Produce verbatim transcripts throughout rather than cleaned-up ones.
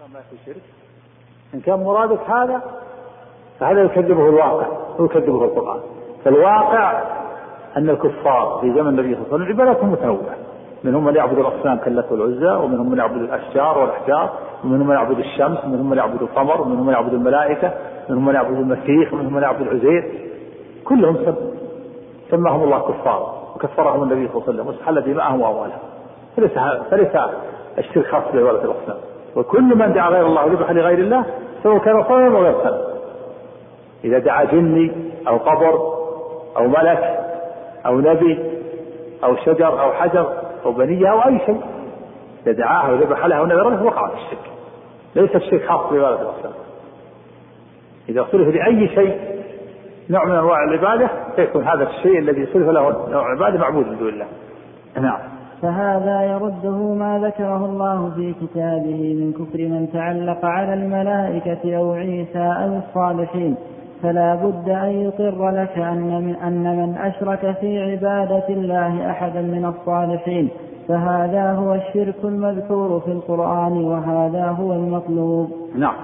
ما في شرك. إن كان مرادك هذا فهذا يكذبه الواقع ويكذبه القرآن. فالواقع أن الكفار في زمن النبي صلى الله عليه وسلم عباداتهم متنوعة، منهم من يعبد الأصنام كاللات والعزى، ومنهم من يعبد الأشجار والأحجار، ومنهم من يعبد الشمس، ومنهم من يعبد القمر، ومنهم من يعبد الملائكة، ومنهم من يعبد المسيح، ومنهم من يعبد العزير. كلهم سب سماهم الله كفار وكفرهم النبي صلى الله عليه وسلم واستحل دماءهم وأموالهم. فليس فليس الشرك خاص بعبادة الأصنام، وكل من دعا غير الله وذبح لغير الله سواء كان صنما أو غير صنم. إذا دعا جني أو قبر أو ملك أو نبي أو شجر أو حجر أو بنية أو أي شيء، إذا دعاها وذبح لها ونذره وقع في الشرك. ليس الشرك خاص بعبادة الأصنام. إذا صرف لأي شيء نوع من أنواع العبادة فيكون هذا الشيء الذي صرف له نوع عبادة معبود من دون الله. نعم. فهذا يرده ما ذكره الله في كتابه من كفر من تعلق على الملائكة أو عيسى أو الصالحين. فلا بد أن يقر لك أن من, أن من أشرك في عبادة الله أحدا من الصالحين فهذا هو الشرك المذكور في القرآن، وهذا هو المطلوب. نعم.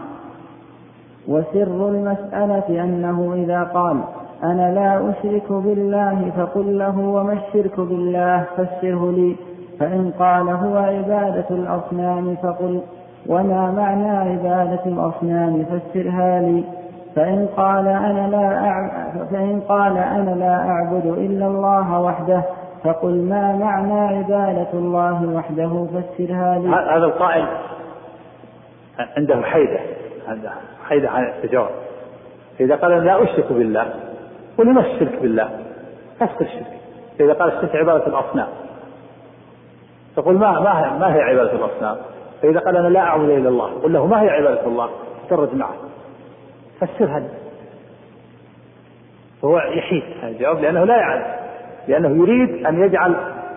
وسر المسألة أنه إذا قال أنا لا أشرك بالله فقل له وما الشرك بالله فسره لي. فإن قال هو عبادة الأصنام فقل وما معنى عبادة الأصنام فسرها لي. فإن قال أنا لا أعبد فإن قال أنا لا أعبد إلا الله وحده فقل ما معنى عبادة الله وحده فسرها لي. هذا القائل عنده حيدة عنده حيدة عن التجارب. إذا قال أنا لا أشرك بالله قل ما الشرك بالله فسر الشرك. إذا قال الشرك عبادة الأصنام فقل ما ما ما هي عبادة الأصنام. فإذا قال أنا لا أعبد إلا الله قل له ما هي عبادة الله ترد معه فسرها لي. فهو يحيد هذا الجواب لأنه لا يعلم، لأنه يريد أن يجعل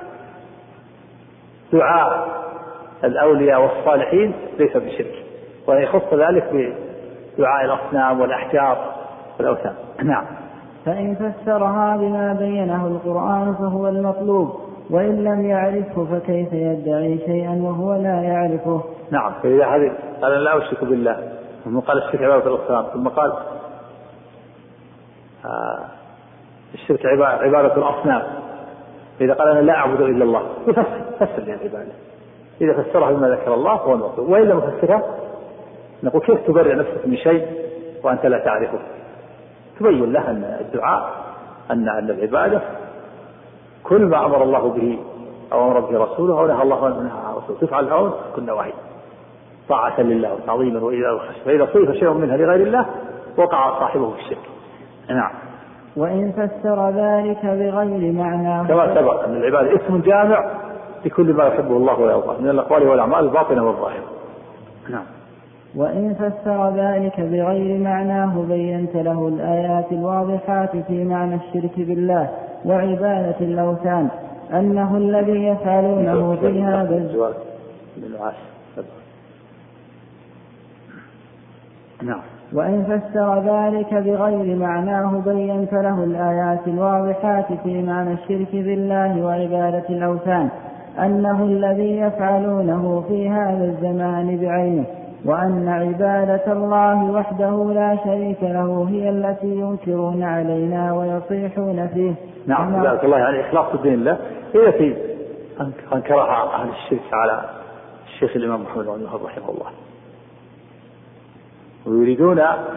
دعاء الأولياء والصالحين ليس بشرك، ويخص ذلك بدعاء الأصنام والأحجار والأوثان. نعم. فإن فسرها بما بينه القرآن فهو المطلوب، وإن لم يعرفه فكيف يدعي شيئا وهو لا يعرفه. نعم. فإذا هذه قال لا أشرك بالله ثم قال الشرك عبادة الأصنام ثم قال آه الشرك عبادة الأصنام. إذا قال أنا لا أعبد إلا الله يفسر فسر لها العبادة. إذا فسرها بما ذكر الله هو المطلوب، وإن لم يفسرها نقول كيف تبرئ نفسك من شيء وأنت لا تعرفه؟ تبين له أن الدعاء أن العبادة كل ما أمر الله به أو أمر به رسوله أو نهى الله عنه رسوله تفعل الأول كل نواهي طاعة لله وتعظيما وإذا خشية. فإذا صرف شيء منها لغير الله وقع صاحبه في الشرك. نعم. وإن فسر ذلك بغير معناه كما سبق أن العبادة اسم جامع لكل ما يحبه الله ويرضاه من الأقوال والأعمال الباطنة والظاهرة. نعم. وإن فسر ذلك بغير معناه بينت له الآيات الواضحات في معنى الشرك بالله وعبادة الأوثان أنه الذي يفعلونه في هذا الزواج. نعم. وإن فسر ذلك بغير معناه بينت له الآيات الواضحات في معنى الشرك بالله وعبادة الأوثان أنه الذي يفعلونه في هذا الزمان بعينه، وأن عبادة الله وحده لا شريك له هي التي ينكرون علينا ويصيحون فيه. نعم. جزاك الله. يعني إخلاص الدين الله هي التي أنكرها أهل الشرك على الشيخ الإمام محمد بن الوهاب رحمه الله، ويريدون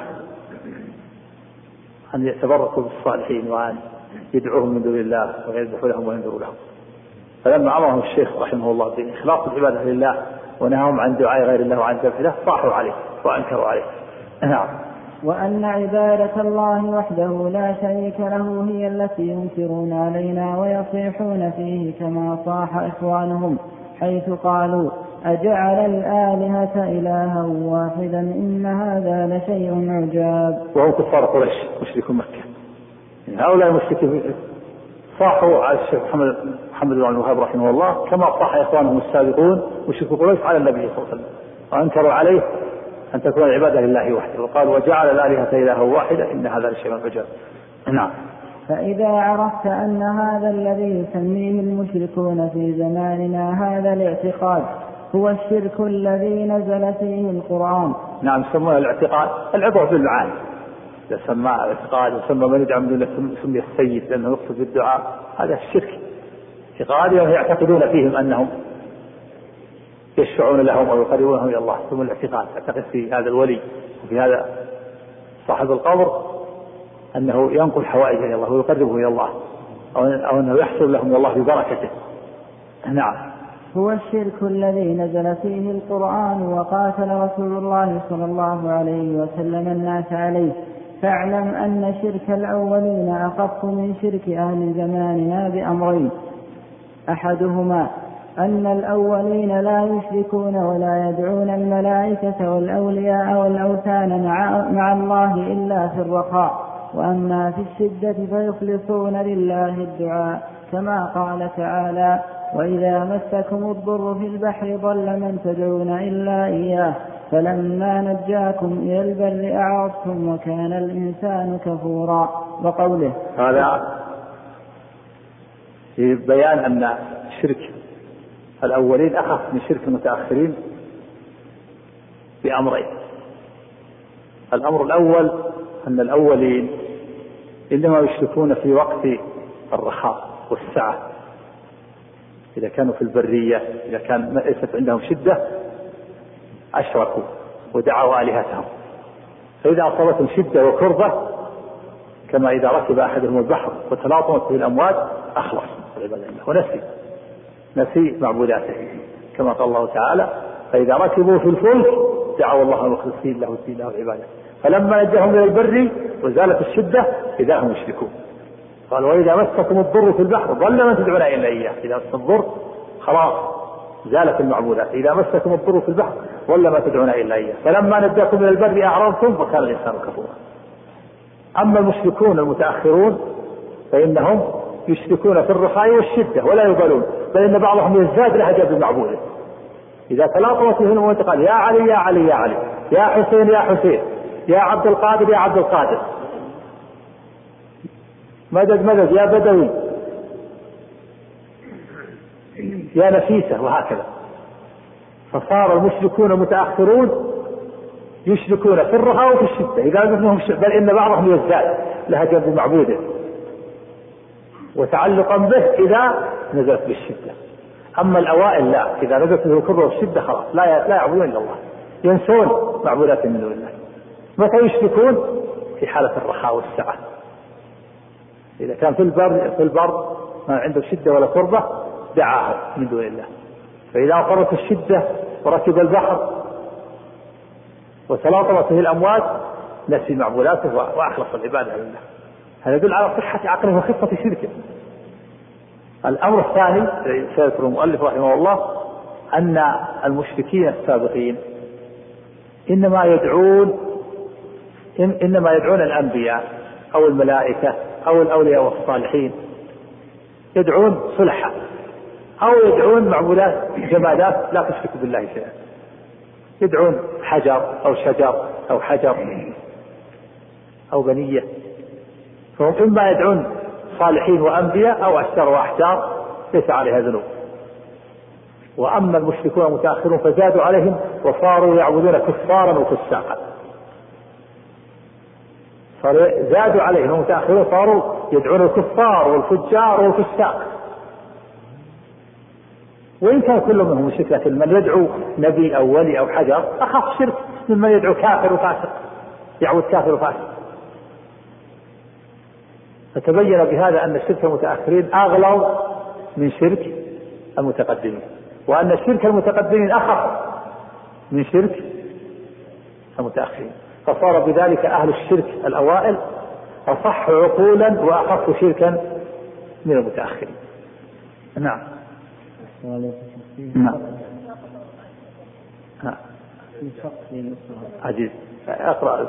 أن يتبركوا بالصالحين وأن يدعوهم من دون الله ويذبحوا لهم وينذروا لهم. فلما أمرهم الشيخ رحمه الله بإخلاص العبادة لله ونهاهم عن دعاء غير الله وعن ذبح له صاحوا عليه وأنكروا عليه. نعم. وأن عبادة الله وحده لا شريك له هي التي ينكرون علينا ويصيحون فيه كما صاح إخوانهم حيث قالوا أجعل الآلهة إلها واحدا إن هذا لشيء عجاب. وهم كفار قريش مشركو مكة. هؤلاء المشركين صاحوا على الشيخ محمد محمد بن الوهاب رحمه الله كما صاح إخوانهم السابقون مشركو قريش على النبي صلى الله عليه وسلم، وأنكروا عليه أن تكون العبادة لله وحده، وقالوا وجعل الآلهة إلها واحدا إن هذا لشيء عجاب. نعم. فإذا عرفت أن هذا الذي يسميه المشركون في زماننا هذا الاعتقاد هو الشرك الذي نزل فيه القرآن. نعم يسمونه الاعتقاد، العبرة بالمعاني. إذا سمى اعتقاد وسمى من يدعو من دونه سمي السيد لأنه يقصد بالدعاء، هذا الشرك اعتقادي يعتقدون فيهم أنهم يشفعون لهم أو يقربونهم إلى الله، ثم الاعتقاد اعتقد في هذا الولي وفي هذا صاحب القبر أنه ينقل حوائجه إلى الله ويقربه إلى الله، أو أنه يحصل لهم إلى الله ببركته. نعم. هو الشرك الذي نزل فيه القرآن وقاتل رسول الله صلى الله عليه وسلم الناس عليه. فاعلم أن شرك الأولين أخف من شرك أهل زماننا بأمرين: أحدهما أن الأولين لا يشركون ولا يدعون الملائكة والأولياء والأوثان مع, مع الله إلا في الرخاء، وأما في الشدة فيخلصون لله الدعاء، كما قال تعالى: وإذا مسكم الضر في البحر ضل من تدعون إلا إياه فلما نجاكم إلى البر أعرضتم وكان الإنسان كفورا. وقوله هذا في بيان أن شرك الأولين أخف من شرك المتأخرين بأمرين: الأمر الأول أن الأولين إنما يشركون في وقت الرخاء والسعة، إذا كانوا في البرية، إذا كان ليست عندهم شدة أشركوا ودعوا آلهتهم، فإذا أصابتهم شدة وكربة كما إذا ركب أحدهم البحر وتلاطمت به الأمواج أخلص والعياذ بالله ونسي نسي معبوداته، كما قال الله تعالى: فإذا ركبوا في الفلك دعوا الله مخلصين له الدين له العبادة فلما نجاهم إلى البر وزالت الشدة إذا هم يشركون. قال: وإذا مسكم الضر في البحر ضل من تدعون إلا إياه. إذا مس الضر خلاص زالت المعبودات. إذا مسكم الضر في البحر ضل ما تدعون إلا إياه فلما نجاكم إلى البر أعرضتم وكان الإنسان كفورا. أما المشركون المتأخرون فإنهم يشركون في الرخاء والشدة ولا يبالون، بل إن بعضهم يزداد لهجة بمعبوده. إذا تلاطمت بهم وانتقال: يا علي يا علي يا علي، يا حسين يا حسين، يا عبد القادر يا عبد القادر، مدد مدد يا بدوي يا نفيسة، وهكذا. فصار المشركون المتأخرون يشركون في الرخاء وفي الشدة، إذا منهم بل إن بعضهم يزداد لهجة بمعبوده وتعلقا به إذا نزلت بالشدة. أما الأوائل لا، إذا نزلت به الكرة والشدة خلاص لا لا يعبدون إلا الله، ينسون معبودات من دون الله. متى يشركون؟ في حالة الرخاء والسعة، إذا كان في البر في البر ما عنده شدة ولا كربة دعاه من دون الله، فإذا أصابت الشدة وركب البحر وتلاطمت به الأمواج نسي معبوداته وأخلص العبادة لله. هذا يدل على صحة عقله وخفة شركه. الأمر الثاني سيذكر المؤلف رحمه الله أن المشركين السابقين إنما يدعون إنما يدعون الأنبياء أو الملائكة أو الأولياء والصالحين، يدعون صلحا أو يدعون معبودات جمادات لا تشرك بالله شيئا، يدعون حجر أو شجر أو حجر أو بنية، فهم إما يدعون صالحين وأنبياء أو أشجار وأحجار ليس عليها ذنوب. وأما المشركون المتأخرون فزادوا عليهم وصاروا يعبدون كفارا وفساقا، زادوا عليهم المتأخرون صاروا يدعون الكفار والفجار والفساق، وإن كان كل منهم مشرك، لكن من يدعو نبي أو ولي أو حجر أخف شرك ممن يدعو كافر وفاسق يعبد كافر وفاسق. فتبين بهذا أن الشرك المتأخرين أغلظ من شرك المتقدمين، وأن شرك المتقدمين أخف من شرك المتأخرين، فصار بذلك أهل الشرك الأوائل أصح عقولا وأخف شركا من المتأخرين. نعم. نعم. عجيب. أقرأ.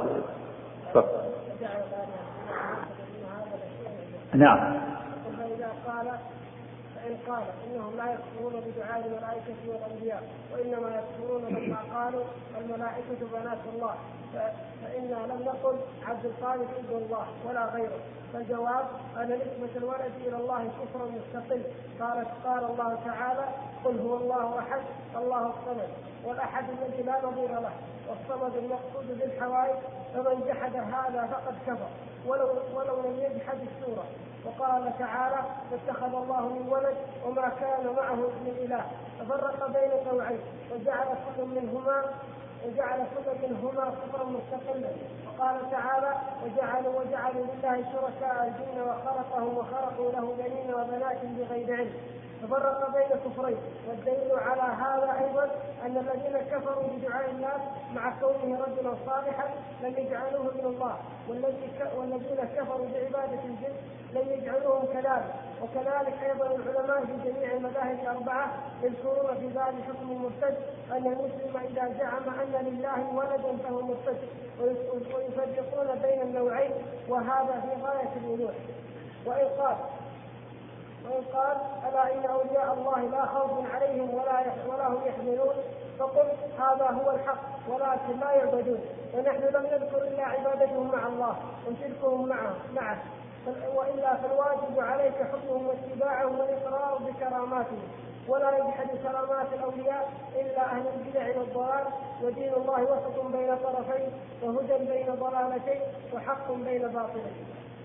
نعم. فإذا قال فإن قال إنهم لا يكفرون بدعاء الملائكة والأنبياء وإنما يكفرون بما قالوا الملائكة بنات الله فإنا لم نقل عبد الخالق ابن الله ولا غيره. فالجواب أن نسبة الولد إلى الله كفر مستقل. قال قال الله تعالى قل هو الله أحد الله الصمد والأحد الذي لا نظير له والصمد المقصود بالحوائج فمن جحد هذا فقد كفر ولو, ولو لم يجحد السورة. وقال تعالى فاتخذ الله من ولد وما كان معه ابن إله ففرق بين النوعين وجعل كل منهما وجعل كل منهما كفرا مستقلا. وقال تعالى وجعلوا وجعلوا لله شركاء الجن وخلقهم وخلقوا له بنين وبنات بغير علم ففرق بين كفرين. والدليل على هذا أيضا أن الذين كفروا بدعاء الناس مع كونه رجلا صالحا لم يجعلوه من الله والذين كفروا بعبادة الجن لم يجعلوهم كذلك. وكذلك أيضا العلماء في جميع المذاهب الأربعة يذكرون في ذلك حكم المرتد أن المسلم إذا زعم أن لله ولدا فهو مرتد ويفرقون بين النوعين وهذا في غاية الوضوح. وإن قال وإن قال ألا إن أولياء الله لا خوف عليهم ولا ولا هم يحزنون فقل هذا هو الحق ولكن لا يعبدون ونحن لم نذكر إلا عبادتهم مع الله وشركهم معه معه وإلا فالواجب عليك حكمهم واتباعهم والإقرار بكراماتهم ولا يجحد كرامات الأولياء إلا أهل البدع والضلال. ودين الله وسط بين طرفين وهدى بين ضلالتين وحق بين باطلين.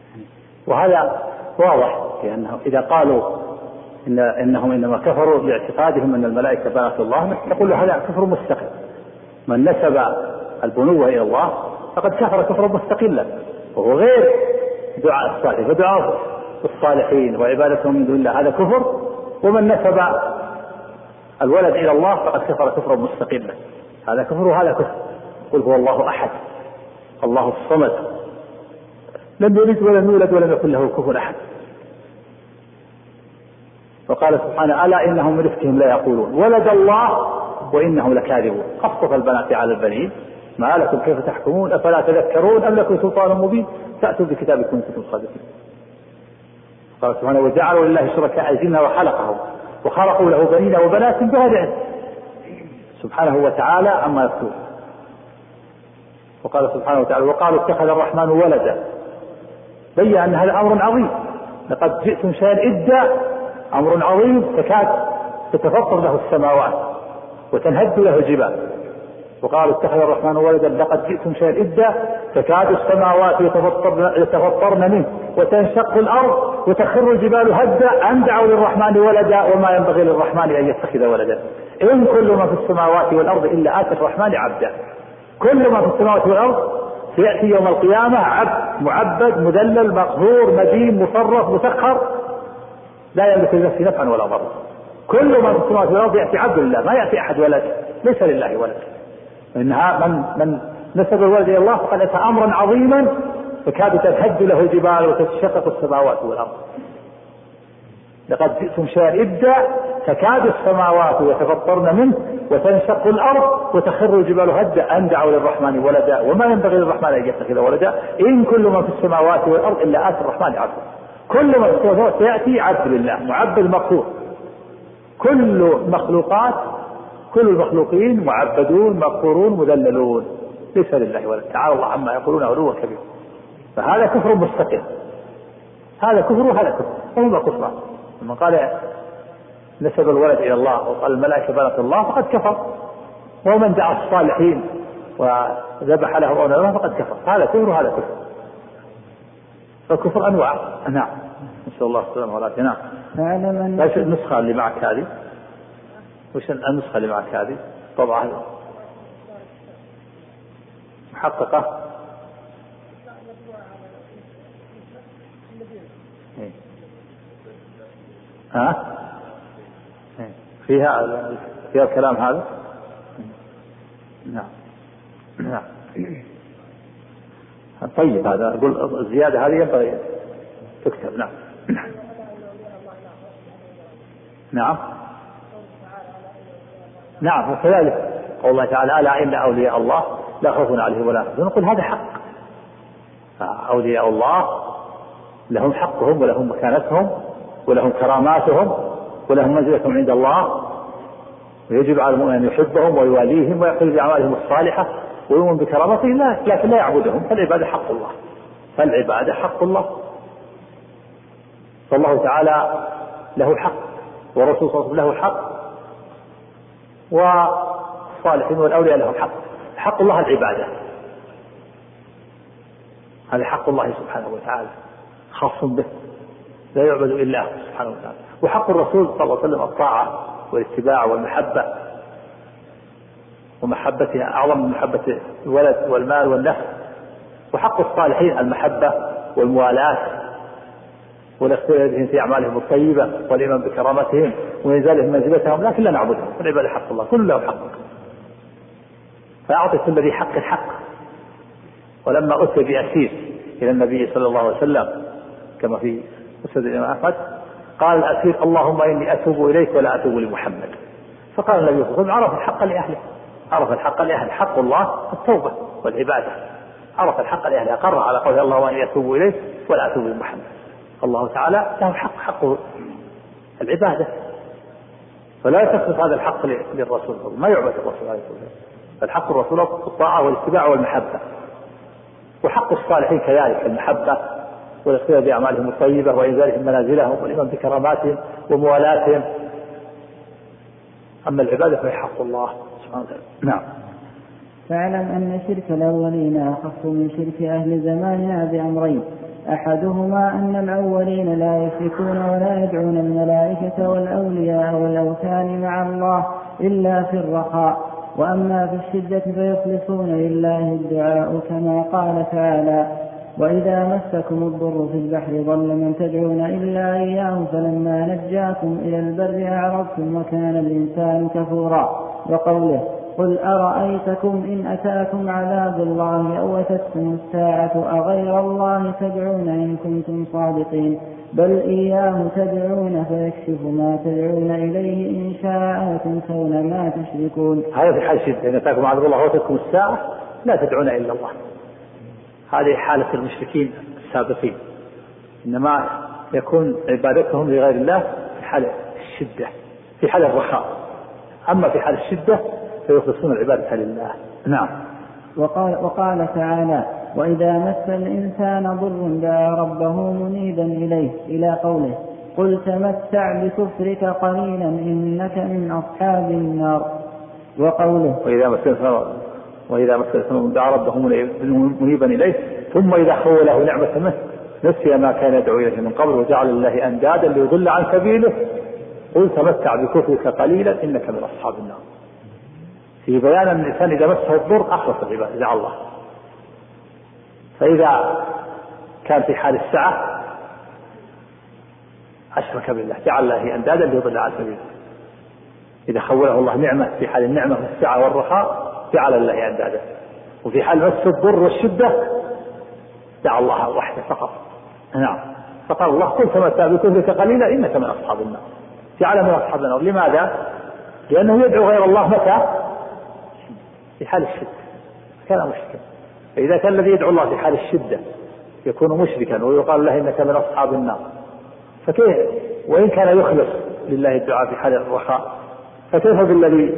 وهذا واضح لأنه إذا قالوا إن إنهم إنما كفروا باعتقادهم أن الملائكة بنات الله نقول هذا كفر مستقل. من نسب البنوة إلى الله فقد كفر كفرا مستقلا وهو غير دعاء الصالحين. فدعاء الصالحين وعبادتهم من دون الله هذا كفر. ومن نسب الولد إلى الله فقد كفر كفرا مستقلا هذا كفر وهذا كفر. قل هو الله أحد الله الصمد لم يلد ولم يولد ولم يكن له كفوا أحد. وقال سبحانه ألا إنهم من إفكهم لا يقولون ولد الله وإنهم لكاذبون خفف البنات على البنين ما لكم كيف تحكمون أفلا تذكرون أم لكم سلطان مبين فأتوا بكتابكم إن كنتم صادقين. قال سبحانه وجعلوا لله شركاء الجن وخلقهم وخلقوا له بنين وبنات بغير علم سبحانه وتعالى عما يكتبون. وقال سبحانه وتعالى وقالوا اتخذ الرحمن ولدا بين أن هذا أمر عظيم لقد جئتم شيئا إدا أمر عظيم تكاد تتفطر له السماوات وتنهد له الجبال. وقالوا اتخذ الرحمن ولدا لقد جئتم شيئا إدا تكاد السماوات يتفطرن منه وتنشق الأرض وتخر الجبال هدا أن دعوا للرحمن ولدا وما ينبغي للرحمن أن يتخذ ولدا إن كل ما في السماوات والأرض إلا آتي الرحمن عبدا. كل ما في السماوات والأرض سيأتي يوم القيامة عبد معبد مدلل مقهور مدين مصرف مسخر لا يملك لنفسه نفعا ولا ضرا. كل ما في السماوات والأرض يأتي عبد لله ما يأتي أحد ولد ليس لله ولد. إنها من من نسب الولد إلى الله فقد أتى أمرا عظيما فكاد تنهد له الجبال وتتشقق السماوات والأرض. لقد جئتم شيئا إدا تكاد السماوات يتفطرن منه وتنشق الأرض وتخر الجبال هدا أن دعوا للرحمن ولدا وما ينبغي للرحمن أن يتخذ ولدا إن كل ما في السماوات والأرض إلا آتي الرحمن عبدا. كل ما في السماوات سيأتي عبد لله معبد مقهور. كل مخلوقات كل المخلوقين معبدون مقهورون مذللون ليس لله ولد تعالى الله عما يقولون علوا كبيرا. فهذا كفر مستقل هذا كفر وهذا كفر وهما كفران. من قال نسب الولد إلى الله وقال الملائكة بنات الله فقد كفر ومن دعا الصالحين وذبح له أو نذره فقد كفر. هذا كفر وهذا كفر. فالكفر أنواع. نعم نسأل الله السلامة والعافية. نعم ايش النسخة اللي معك هذه؟ وش النسخة اللي معك هذه؟ طبعا محققة ها فيها فيها الكلام هذا. نعم نعم طيب هذا أقول الزيادة هذه ينبغي تكتب. نعم نعم نعم وكذلك قول الله تعالى ألا إن أولياء الله لا خوف عليهم ولا يحزنون. نقول هذا حق. أولياء الله لهم حقهم ولهم مكانتهم ولهم كراماتهم ولهم منزلة عند الله، ويجب على المؤمن أن يحبهم ويواليهم ويقل بأعمالهم الصالحة ويؤمن بكرامتهم، لكن لا يعبدهم. فالعبادة حق الله، فالعبادة حق الله، فالله تعالى له حق، ورسول صلى الله عليه وسلم له حق، والصالحين والأولياء لهم حق. حق الله العبادة، هذا حق الله سبحانه وتعالى خاص به، لا يعبد إلا هو سبحانه وتعالى. وحق الرسول صلى الله عليه وسلم الطاعة والاتباع والمحبة، ومحبتها أعظم من محبة الولد والمال والنفس. وحق الصالحين المحبة والموالاة والاختلاف في أعمالهم الطيبة والإيمان بكرامتهم وإنزالهم منزلتهم، لكن لا نعبدهم. العبادة حق الله، كل له حق، فأعطي كل ذي حق حق. ولما أتي بأسير إلى النبي صلى الله عليه وسلم كما في مسند الإمام أحمد، قال الأسير اللهم إني أتوب إليك ولا أتوب لمحمد. فقال النبي صلى الله عليه وسلم عرف الحق لأهله، عرف الحق لأهله، حق الله التوبة والعبادة، عرف الحق لأهله، أقر على قوله اللهم إني أتوب إليك ولا أتوب لمحمد. الله تعالى له حق، حق العبادة، فلا تخصص هذا الحق للرسول، ما يعبد الرسول عليه الصلاة والسلام، فالحق الرسول الطاعة والاتباع والمحبة. وحق الصالحين كذلك المحبة والاختلاف بأعمالهم الطيبة وإنزالهم منازلهم والإيمان بكراماتهم وموالاتهم. أما العبادة فهي حق الله سبحانه وتعالى. نعم. فاعلم أن شرك الأولين أخف من شرك أهل زماننا بأمرين: أحدهما أن الأولين لا يشركون ولا يدعون الملائكة والأولياء والأوثان مع الله إلا في الرخاء، وأما في الشدة فيخلصون لله الدعاء كما قال تعالى: وإذا مسكم الضر في البحر ضل من تدعون إلا إياه فلما نجاكم إلى البر أعرضتم وكان الإنسان كفورا. وقوله: قل أرأيتكم إن أتاكم عذاب الله أو أتتكم الساعة أغير الله تدعون إن كنتم صادقين بل إياه تدعون فيكشف ما تدعون إليه إن شاء وتنسون ما تشركون. هذا في حال شدة، إن أتاكم عذاب الله أو أتتكم الساعة لا تدعون إلا الله. هذه حالة المشركين السابقين، إنما يكون عبادتهم لغير الله في حال الشدة، في حال الرخاء. أما في حال الشدة فيخلصون العبادة لله. نعم. وقال, وقال تعالى: وإذا مس الإنسان ضر دعا ربه منيبا إليه إلى قوله: قل تمتع بكفرك قليلا إنك من أصحاب النار. وقوله: وإذا مس الإنسان وإذا مس الإنسان دعا ربه منيبا إليه ثم إذا خوله نعمة منه نسي ما كان يدعو إليه من قبل وجعل الله أندادا ليضل عن سبيله قل تمتع بكفرك قليلا إنك من أصحاب النار. في بيان أن الإنسان إذا مسه الضر أخلص العبادة دعا الله. فإذا كان في حال السعة أشرك بالله، جعل الله أندادا ليضل عن سبيله. إذا خوله الله نعمة في حال النعمة والسعة والرخاء جعل الله أندادا، وفي حال مس الضر والشدة دعا الله وحده فقط. نعم. فقال الله: قل تمتع بكفرك قليلا إنك من أصحاب النار. جعل من أصحاب النار. لماذا؟ لأنه يدعو غير الله متى؟ في حال الشدة كان مشركا. فإذا كان الذي يدعو الله في حال الشدة يكون مشركا ويقال له إنك من أصحاب النار، فكيف وإن كان يخلص لله الدعاء في حال الرخاء فكيف بالذي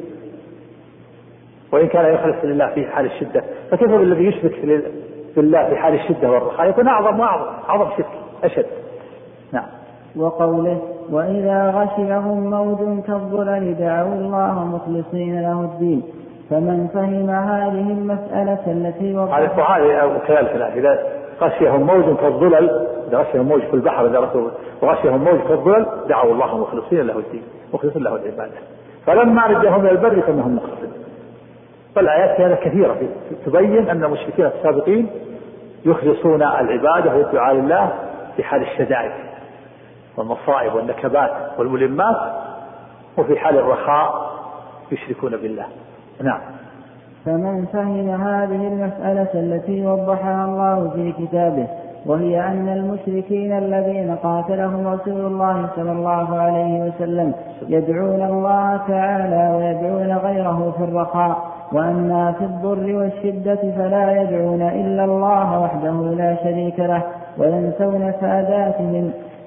وإن كان يخلص لله في حال الشدة فكيف بالذي يشرك بالله في حال الشدة والرخاء؟ يكون أعظم وأعظم أعظم شرك أشد. نعم. وقوله: وإذا غشيهم موج كالظلل دعوا الله مخلصين له الدين. فمن فهم هذه المسألة التي وضحها هذه كذلك إذا غشيهم موج كالظلل، إذا غشيهم موج في البحر إذا وغشيهم موج كالظلل دعوا الله مخلصين له الدين مخلصين له العبادة فلما رجعهم إلى البر فإنهم مخلصون. فالآيات هذه كثيرة تبين أن المشركين السابقين يخلصون العبادة والدعاء لله في حال الشدائد والمصائب والنكبات والملمات، وفي حال الرخاء يشركون بالله. نعم. فمن فهم هذه المسألة التي وضحها الله في كتابه، وهي أن المشركين الذين قاتلهم رسول الله صلى الله عليه وسلم يدعون الله تعالى ويدعون غيره في الرخاء، وأما في الضر والشدة فلا يدعون إلا الله وحده لا شريك له وينسون ساداتهم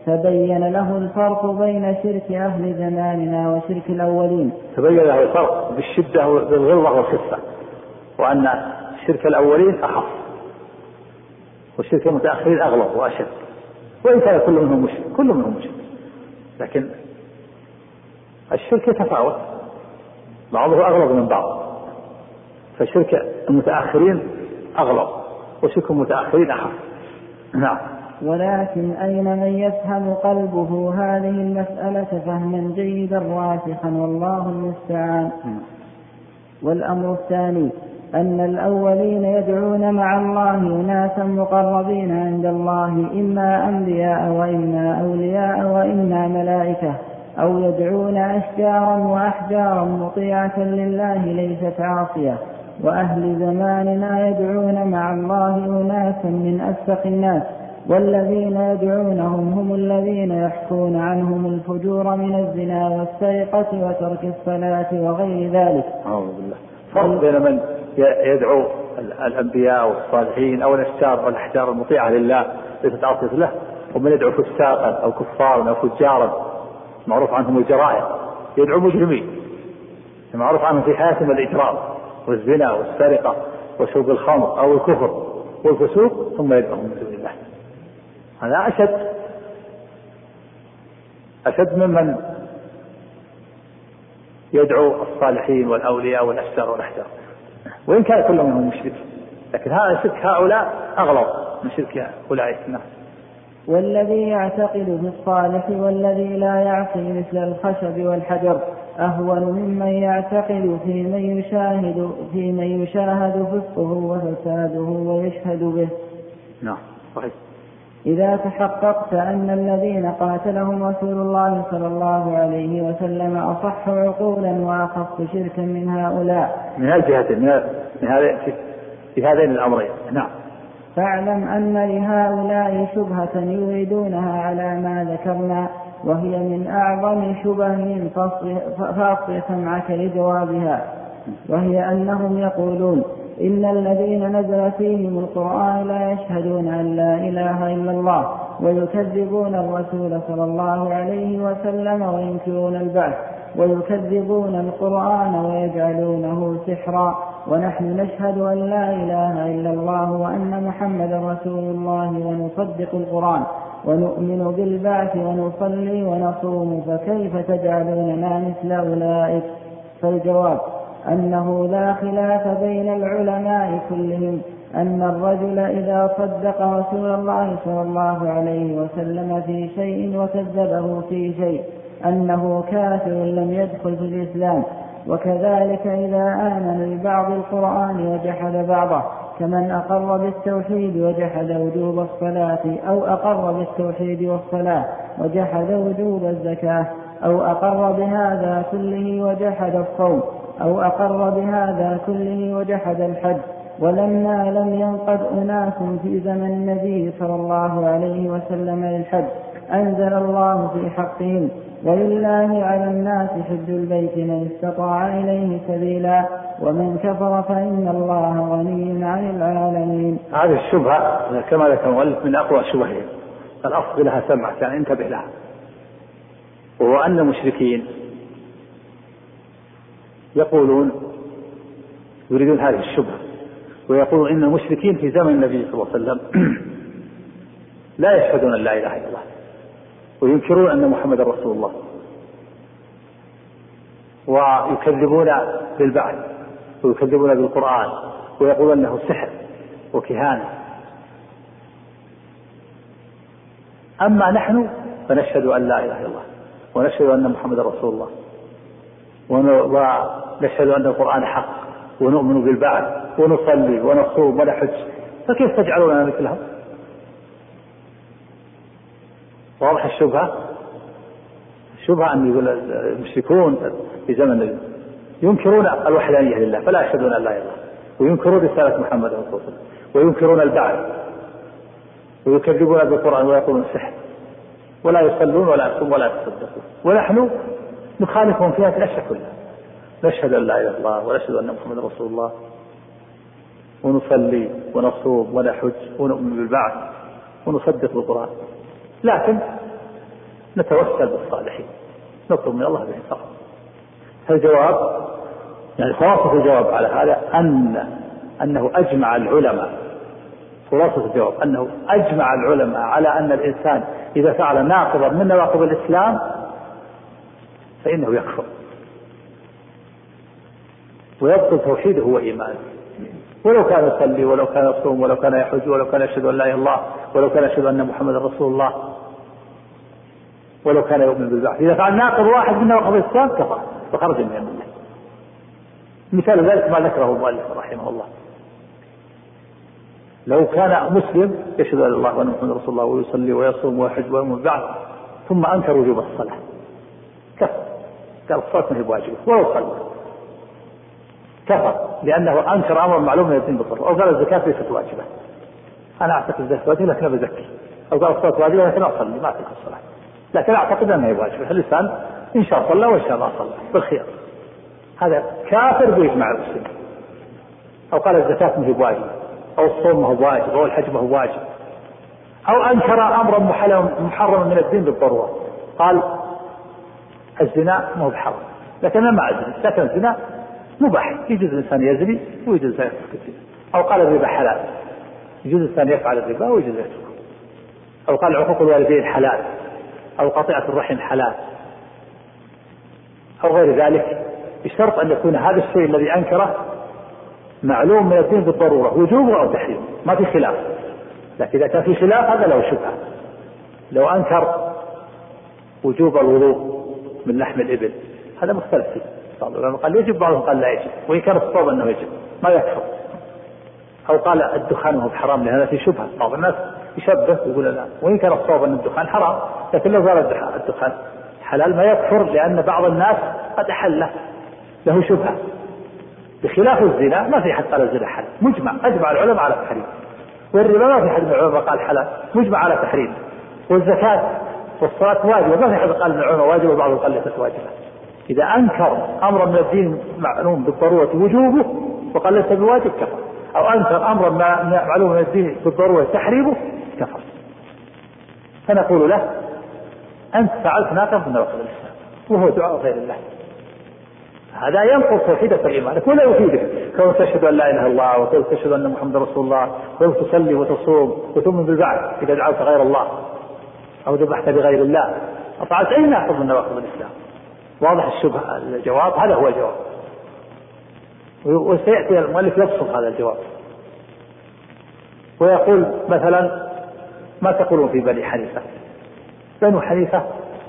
تبين له الفرق بين شرك أهل زماننا وشرك الأولين. تبين له الفرق بالشدة والغلظة والخفة، وأن شرك الأولين أخف والشرك المتأخرين أغلظ وأشد، وإن كان كل منهم مشرك كل منهم مشرك، لكن الشرك يتفاوت، بعضه أغلظ من بعض، فشرك المتأخرين أغلظ وشرك المتأخرين أخف. نعم. ولكن أين من يفهم قلبه هذه المسألة فهما جيدا راسخا والله المستعان. والأمر الثاني أن الأولين يدعون مع الله أناسا مقربين عند الله، إما أنبياء وإما أولياء وإما ملائكة، أو يدعون أشجارا وأحجارا مطيعة لله ليست عاصية. وأهل زماننا يدعون مع الله أناسا من أفسق الناس، والذين يدعونهم هم الذين يحكون عنهم الفجور من الزنا والسرقة وترك الصلاة وغير ذلك. أعوذ بالله. فرق بين من يدعو الأنبياء والصالحين أو الأشجار والأحجار المطيعة لله ليست عاصية له، ومن يدعو فساقا أو كفارا أو فجارا معروف عنهم الجرائم، يدعو مجرمين معروف عنهم في حياتهم الإجرام والزنا والسرقة وشرب الخمر أو الكفر والفسوق، ثم يدعوهم من دون الله. هذا أشد أشد ممن يدعو الصالحين والأولياء والأشجار والأحجار، وإن كان كل منهم مشرك، لكن هذا شرك هؤلاء أغلظ من شرك أولئك. نعم. والذي يعتقد في الصالح والذي لا يعصي مثل الخشب والحجر أهون ممن يعتقد في من يشاهد في من يشاهد فسقه وفساده ويشهد به. نعم صحيح. إذا تحققت أن الذين قاتلهم رسول الله صلى الله عليه وسلم أصح عقولا وأخف شركا من هؤلاء من هالجهة من هذا في هذين الأمرين. نعم. فاعلم أن لهؤلاء شبهة يريدونها على ما ذكرنا، وهي من أعظم شبههم، فاصغ سمعك لجوابها، وهي أنهم يقولون إن الذين نزل فيهم القرآن لا يشهدون أن لا إله إلا الله، ويكذبون الرسول صلى الله عليه وسلم وينكرون البعث، ويكذبون القرآن ويجعلونه سحرا، ونحن نشهد أن لا إله إلا الله وأن محمدا رسول الله، ونصدق القرآن ونؤمن بالبعث ونصلي ونصوم، فكيف تجعلوننا مثل أولئك؟ فالجواب أنه لا خلاف بين العلماء كلهم أن الرجل إذا صدق رسول الله صلى الله عليه وسلم في شيء وكذبه في شيء أنه كافر لم يدخل في الإسلام، وكذلك إذا آمن ببعض القرآن وجحد بعضه، كمن أقر بالتوحيد وجحد وجوب الصلاة، أو أقر بالتوحيد والصلاة وجحد وجوب الزكاة، أو أقر بهذا كله وجحد الصوم، أو أقر بهذا كله وجحد الحج. ولما لم ينقض أناس في زمن النبي صلى الله عليه وسلم للحج أنزل الله في حقهم ولله على الناس حج البيت من استطاع إليه سبيلا ومن كفر فإن الله غني عن العالمين. هذه الشبهة كما ذكر المؤلف من أقوى الشبهات، الأصل لها سمع، يعني انتبه لها، وهو أن المشركين يقولون يريدون هذه الشبهة ويقولون إن المشركين في زمن النبي صلى الله عليه وسلم لا يشهدون أن لا إله إلا الله، وينكرون أن محمد رسول الله، ويكذبون بالبعث ويكذبون بالقرآن ويقولون أنه سحر وكهانة. أما نحن فنشهد أن لا إله إلا الله ونشهد أن محمد رسول الله ونشهد أن القرآن حق ونؤمن بالبعث ونصلي ونصوم ونحج، فكيف تجعلوننا مثلهم؟ واضح الشبهة؟ الشبهة أن يقول المشركون في زمن النبي ينكرون الوحدانية لله فلا يشهدون أن لا إله إلا الله، وينكرون رسالة محمد صلى الله عليه وسلم، وينكرون البعث، ويكذبون بالقرآن ويقولون السحر، ولا يصلون ولا يصومون ولا يتصدقون، ونحن نخالفهم في هذه الأشياء كلها، نشهد أن لا إله إلا الله ونشهد أن محمد رسول الله ونصلي ونصوم ونحج ونؤمن بالبعث ونصدق بالقرآن. لكن نتوسل بالصالحين نطلب من الله به فقط. فالجواب يعني خلاصة الجواب على هذا أن أنه أجمع العلماء خلاصة الجواب أنه أجمع العلماء على أن الإنسان إذا فعل ناقضا من نواقض الإسلام فإنه يكفر ويبطل توحيده وإيمانه، ولو كان يصلي ولو كان يصوم ولو كان يحج ولو كان يشهد أن لا إله إلا الله ولو كان يشهد أن محمد رسول الله ولو كان يؤمن بالبعث. إذا فعل ناقض واحد من نواقض الإسلام كفر وخرج من الملة. مثال ذلك ما ذكره المؤلف رحمه الله، لو كان مسلم يشهد أن الله وأن محمد رسول الله ويصلي ويصوم ويحج ويؤمن بالبعث ثم أنكر وجوب الصلاة كفر، قال الصلاة ما هي بواجبة ولو صلى كفر لأنه أنكر أمر معلوم من الدين بالضرورة، أو قال الزكاة ليست واجبة أنا أعتقد الزكاة واجبة لكن بزكي، أو قال الصلاة واجبة لكن أصلي ما أترك الصلاة لكن أعتقد أنها واجبة. الإنسان إن شاء صلى وإن شاء ما صلى بالخيار، هذا كافر بإجماع المسلمين. أو قال الزكاة ما هي واجبة أو الصوم ما هو واجب أو الحج ما هو واجب، أو أنكر أمرا محرما من الدين بالضرورة، قال الزنا ما هو بحرام لكن أنا ما أزني لكن الزنا مباح يجوز الإنسان يزني ويجوز الإنسان يترك الزنا، أو قال الربا حلال يجوز الإنسان يفعل الربا ويجوز يتركه، أو قال عقوق الوالدين حلال أو قطيعة الرحم حلال أو غير ذلك، بشرط أن يكون هذا الشيء الذي أنكره معلوم من الدين بالضرورة وجوبه أو تحريمه ما في خلاف. لكن إذا كان في خلاف هذا له شبهة. لو أنكر وجوب الوضوء من لحم الإبل هذا مختلف فيه، بعضهم قال يجب بعضهم قال لا يجب، وإن كان الصواب أنه يجب ما يكفر. أو قال الدخان هو حرام لهذا في شبهة، بعض الناس يشبه ويقول لا، وإن كان الصواب أن الدخان حرام لكن لو قال الدخان حلال ما يكفر لأن بعض الناس قد أحله له شبهة. بخلاف الزنا ما في حد قال الزنا حلال مجمع، أجمع العلماء على التحريم، والربا ما في حد من العلماء قال حلال مجمع على تحريم، والزكاة والصلاة واجبة ما في حد قال من العلماء واجبة وبعضهم قال ليست واجبة. إذا أنكر أمرا من الدين معلوم بالضرورة وجوبه وقال ليس بواجب كفر، أو أنكر أمرا معلوم من الدين بالضرورة تحريمه كفر. فنقول له أنت فعلت ناقض من نواقض الإسلام وهو دعاء غير الله، هذا ينقص توحيدك إيمانك ولا يفيدك. كون تشهد أن لا إله إلا الله وكون تشهد أن محمد رسول الله وكون تصلي وتصوم وتؤمن بالبعث إذا دعوت غير الله أو ذبحت بغير الله فعلت أي ناقض من نواقض الإسلام. واضح الشبهة الجواب، هذا هو الجواب، وسيأتي المؤلف يبسط هذا الجواب ويقول مثلا ما تقولون في بني حنيفة؟ بنو حنيفة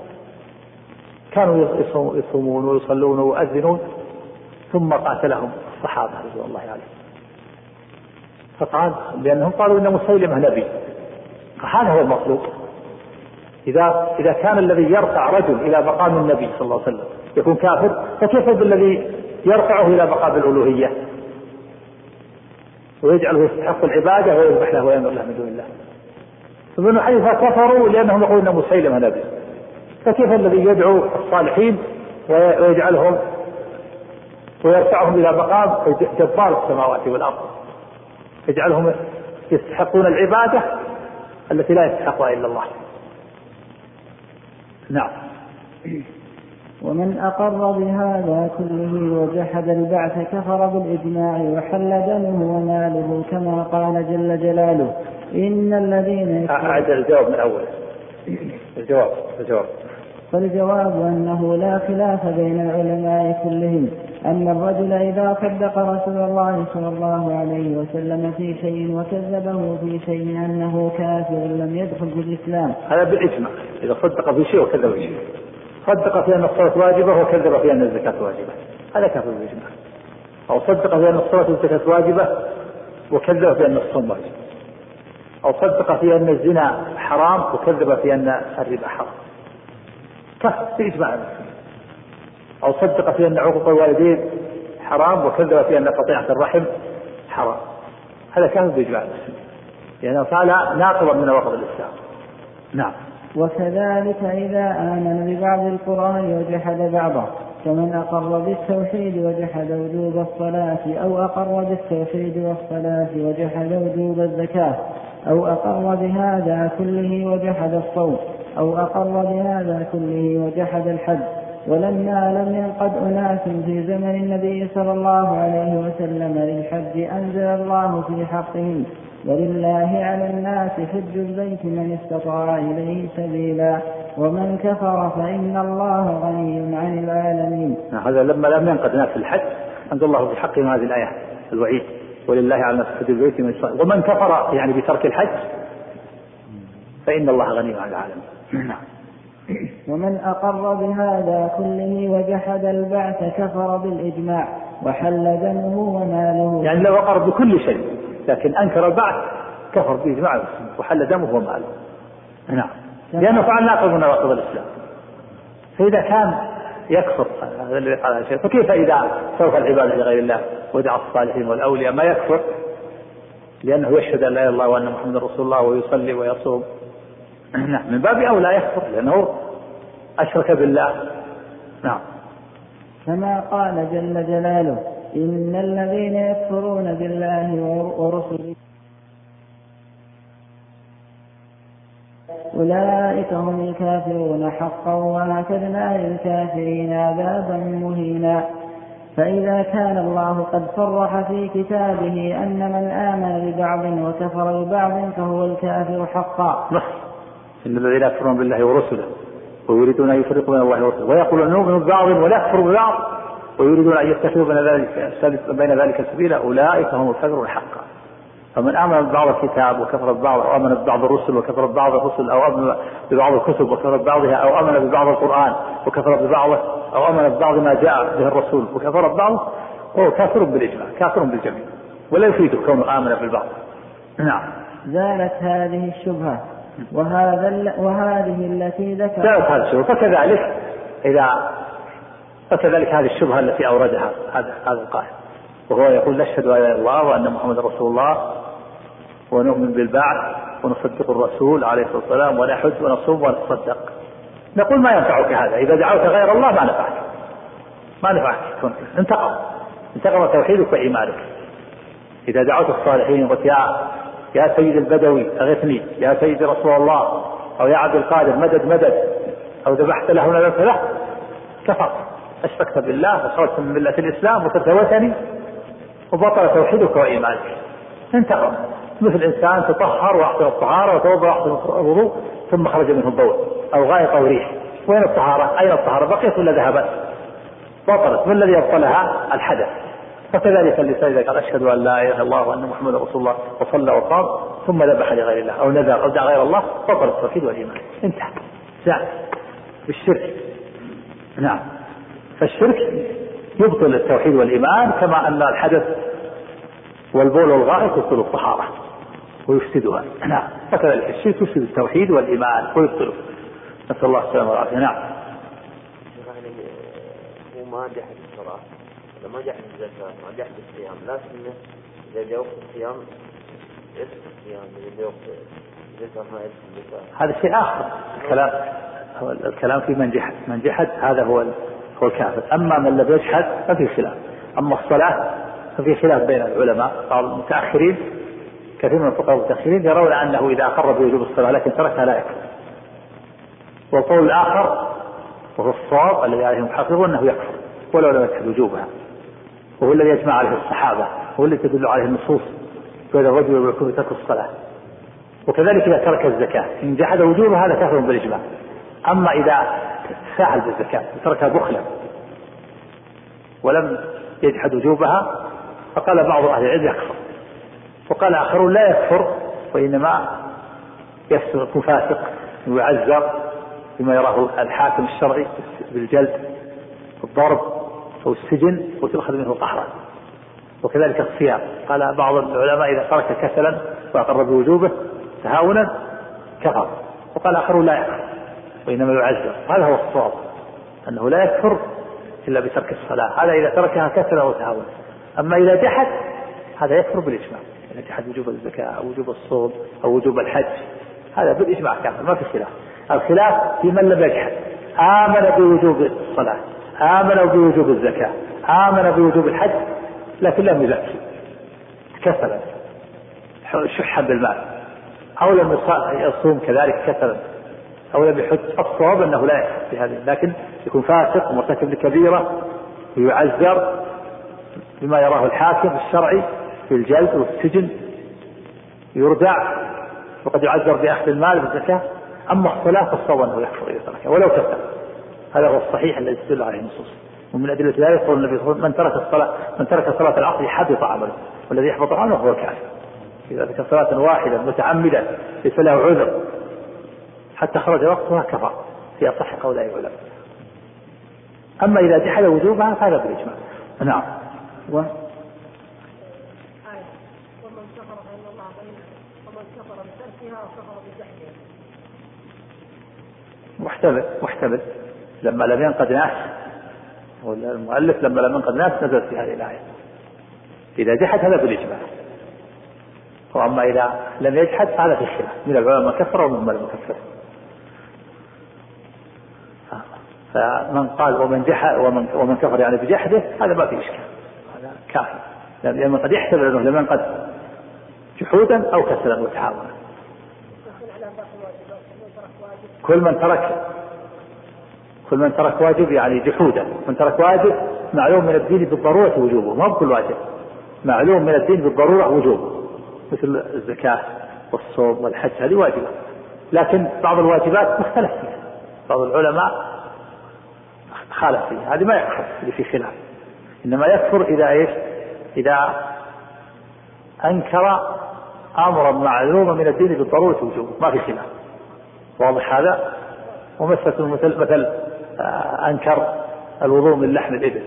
كانوا يصومون ويصلون ويؤذنون ثم قاتلهم الصحابة رضي الله عنهم، فقال لأنهم قالوا إن مسيلمة نبي، فهذا هو المطلوب. إذا إذا كان الذي يرفع رجل إلى مقام النبي صلى الله عليه وسلم يكون كافر، فكيف بالذي يرفعه إلى مقام الألوهية ويجعله يستحق العبادة ويذبح له ويأمر له من دون الله؟ فبنو حنيفة كفروا لأنهم يقولون إن مسيلمة نبي، فكيف الذي يدعو الصالحين ويجعلهم ويرفعهم إلى مقام جبار السماوات والأرض، يجعلهم يستحقون العبادة التي لا يستحقها إلا الله. نعم. ومن أقر بهذا كله وجحد البعث كفر بالإجماع وحل دمه وماله كما قال جل جلاله إن الذين أعد الجواب من أول الجواب الجواب فالجواب أنه لا خلاف بين العلماء كلهم أن الرجل إذا صدق رسول الله صلى الله عليه وسلم في شيء وكذبه في شيء أنه كافر لم يدخل في الإسلام. هذا بالإجماع، إذا صدق في شيء وكذب في شيء، صدق في أن الصلاة واجبة وكذب في أن الزكاة واجبة، هذا كافر بالإجماع. أو صدق في أن الصلاة والزكاة واجبة وكذب في أن الصوم واجب، أو صدق في أن الزنا حرام وكذب في أن الربا حرام، كفر بإجماع المسلمين. أو صدق في أن عقوق الوالدين حرام وكذب في أن قطيعة الرحم حرام، هذا كافر بإجماع المسلمين لأنه فعل ناقضا من نواقض الإسلام. نعم. وكذلك إذا آمن ببعض القرآن وجحد بعضه كمن أقر بالتوحيد وجحد وجوب الصلاة، أو أقر بالتوحيد والصلاة وجحد وجوب الزكاة، أو أقر بهذا كله وجحد الصوم، أو أقر بهذا كله وجحد الحج. ولما لم ينقض أناس في زمن النبي صلى الله عليه وسلم للحج أنزل الله في حقهم: ولله على الناس حج البيت من استطاع إليه سبيلا ومن كفر فإن الله غني عن العالمين. هذا لما لم ينقض أناس في الحج أنزل الله في حقهم هذه الآية الوعيد: ولله على الناس حج البيت من استطاع، ومن كفر يعني بترك الحج فإن الله غني عن العالمين. ومن أقر بهذا كله وجحد البعث كفر بالإجماع وحل دمه وماله. يعني لو أقر بكل شيء لكن أنكر البعث كفر بإجماع وحل دمه وماله. نعم، لأنه فعل ناقض من نواقض الإسلام. فإذا كان يكفر هذا الذي قال هذا الشيء، فكيف إذا صرف العبادة لغير الله ودعا الصالحين والأولياء؟ ما يكفر لأنه يشهد أن لا إله إلا الله وأن محمد رسول الله ويصلي ويصوم. نعم، من باب أولى يكفر لأنه أشرك بالله. نعم. كما قال جل جلاله: إن الذين يكفرون بالله ورسله أولئك هم الكافرون حقا وأعتدنا للكافرين عذابا مهينا. فإذا كان الله قد صرح في كتابه أن من آمن ببعض وكفر ببعض فهو الكافر حقا. إن الذين يكفرون بالله ورسله ويريدون أن يفرقوا بين الله ورسله ويقولون نؤمن ببعض ونكفر ببعض ويريدون أن يتخذوا بين ذلك بين ذلك سبيلا أولئك هم الكافرون حقا. فمن آمن ببعض الكتاب وكفر ببعض أو آمن ببعض الرسل وكفر ببعض الرسل أو آمن ببعض الكتب وكفر ببعضها أو آمن ببعض القرآن وكفر ببعضه أو آمن ببعض ما جاء به الرسول وكفر ببعضه هو كافر بالإجماع كافر بالجميع ولا يفيد كونه آمن بالبعض. نعم. زالت هذه الشبهة وهذا وهذه التي ذكرت. زالت هذه الشبهة. فكذلك إذا فكذلك هذه الشبهة التي أوردها هذا هذا القائل وهو يقول: نشهد أن لا إله إلا الله وأن محمد رسول الله ونؤمن بالبعث ونصدق الرسول عليه الصلاة والسلام ونحج ونصوم ونتصدق. نقول: ما ينفعك هذا إذا دعوت غير الله ما نفعك ما نفعك انتقض انتقض توحيدك وإيمانك. إذا دعوت الصالحين وقلت يا يا سيد البدوي أغثني، يا سيد رسول الله، أو يا عبد القادر مدد مدد، أو ذبحت له نذرت له، كفرت أشركت بالله وخرجت من ملة الإسلام وتزوجني وبطل توحيدك وإيمانك. انتقض. مثل إنسان تطهر وأحسن الطهارة وتوضأ وأحسن الوضوء ثم خرج منه البول أو غائط أو ريح، وين الطهارة؟ أين الطهارة؟ بقيت ولا ذهبت؟ بطلت. ما الذي يبطلها؟ الحدث. فكذلك اللسان إذا قال أشهد أن لا إله إلا الله وأن محمد رسول الله وصلى وصام ثم ذبح لغير الله أو نذر أو دعا غير الله بطل التوحيد والإيمان. انتهى. زاد بالشرك. نعم. فالشرك يبطل التوحيد والإيمان كما أن الحدث والبول والغائط يبطل الطهارة ويفسدها. نعم. فكذلك الشرك يفسد التوحيد والإيمان ويبطله. نسأل الله السلامة والعافية. نعم. هو ما جحد الصلاة ما جحد الزكاة ما جحد الصيام، لكن إذا جاء وقت الصيام يسكت الصيام، إذا جاء وقت الزكاة ما يسكت الزكاة. هذا شيء آخر. الكلام هو الكلام في من جحد. من جحد هذا هو هو الكافر. أما من لم يجحد ففي خلاف. أما الصلاة ففي خلاف بين العلماء. بعض المتأخرين كثير من الفقهاء المتأخرين يرون أنه إذا أقر بوجوب الصلاة لكن تركها لا يكفر. والقول الآخر وهو الصواب الذي عليه المحققون أنه يكفر ولو لم يجحد وجوبها، وهو الذي يجمع عليه الصحابة، هو الذي تدل عليه النصوص في هذا الرجل يكون ترك الصلاة. وكذلك إذا ترك الزكاة إن جحد وجوبها هذا كافر بالإجماع. أما إذا ساهل بالزكاة وتركها بخلا ولم يجحد وجوبها فقال بعض أهل العلم يكفر، وقال آخرون لا يكفر وإنما يكون فاسق ويعذر بما يراه الحاكم الشرعي بالجلد والضرب أو السجن وتأخذ منه قهرا. وكذلك الصيام قال بعض العلماء إذا ترك كسلا وأقر بوجوبه تهاونا كفر، وقال آخرون لا يكفر وإنما يعذر. هذا هو الصواب أنه لا يكفر إلا بترك الصلاة، هذا إذا تركها كسلا وتهاونا. أما إذا جحد هذا يكفر بالإجماع. إذا جحد وجوب الزكاة أو وجوب الصوم أو وجوب الحج هذا بالإجماع كافر ما في خلاف. الخلاف في من لم يجحد آمن بوجوب الصلاة آمن بوجوب الزكاة آمن بوجوب الحج لكن لم يزكي كسلا شحا بالمال أو لم يصوم كذلك كسلا أو لم يحج. الصواب أنه لا يحج بهذه، لكن يكون فاسق مرتكب لكبيرة ويعذر بما يراه الحاكم الشرعي في الجلد والسجن يردع، وقد يعذر بأخذ المال بالزكاة. أما الصلاة فالصواب أنه يكفر إذا تركها ولو كفر. هذا هو الصحيح الذي تدل عليه النصوص. ومن أدلة ذلك قول النبي صلى الله عليه وسلم من ترك الصلاة من ترك صلاة العصر حبط عمله، والذي يحبط عمله هو الكافر. إذا ترك صلاة واحدة متعمدا ليس له عذر حتى خرج وقتها كفر في أصح قول أي علماء. أما إذا جحد وجوبها فهذا بالإجماع. نعم. و محتمل محتمل لما لم ينقض ناس، والمؤلف لما لم ينقض ناس نزل في هذه الآية. إذا جحد هذا بالإجماع، وأما إذا لم يجحد فهذا في الخلاف من العلماء كفر ومن لم يكفر. فمن قال ومن جحد ومن, ومن كفر يعني بجحده هذا ما في إشكال، هذا كافر، لأنه قد يحتمل أنه لم ينقض جحودا أو كسلا وتعاونا. كل من ترك كل من ترك واجب يعني جحودا. من ترك واجب معلوم من الدين بالضرورة وجوبه، ما بكل واجب معلوم من الدين بالضرورة وجوبه، مثل الزكاة والصوم والحج هذه واجبة، لكن بعض الواجبات مختلف فيها، بعض العلماء خالف فيها، هذه ما يكفر اللي في خلاف، إنما يكفر إذا إيش إذا أنكر أمرا معلوما من الدين بالضرورة وجوبه، ما في خلاف. واضح هذا؟ ومثل مثل مثل أنكر الوضوء من لحم الإبل،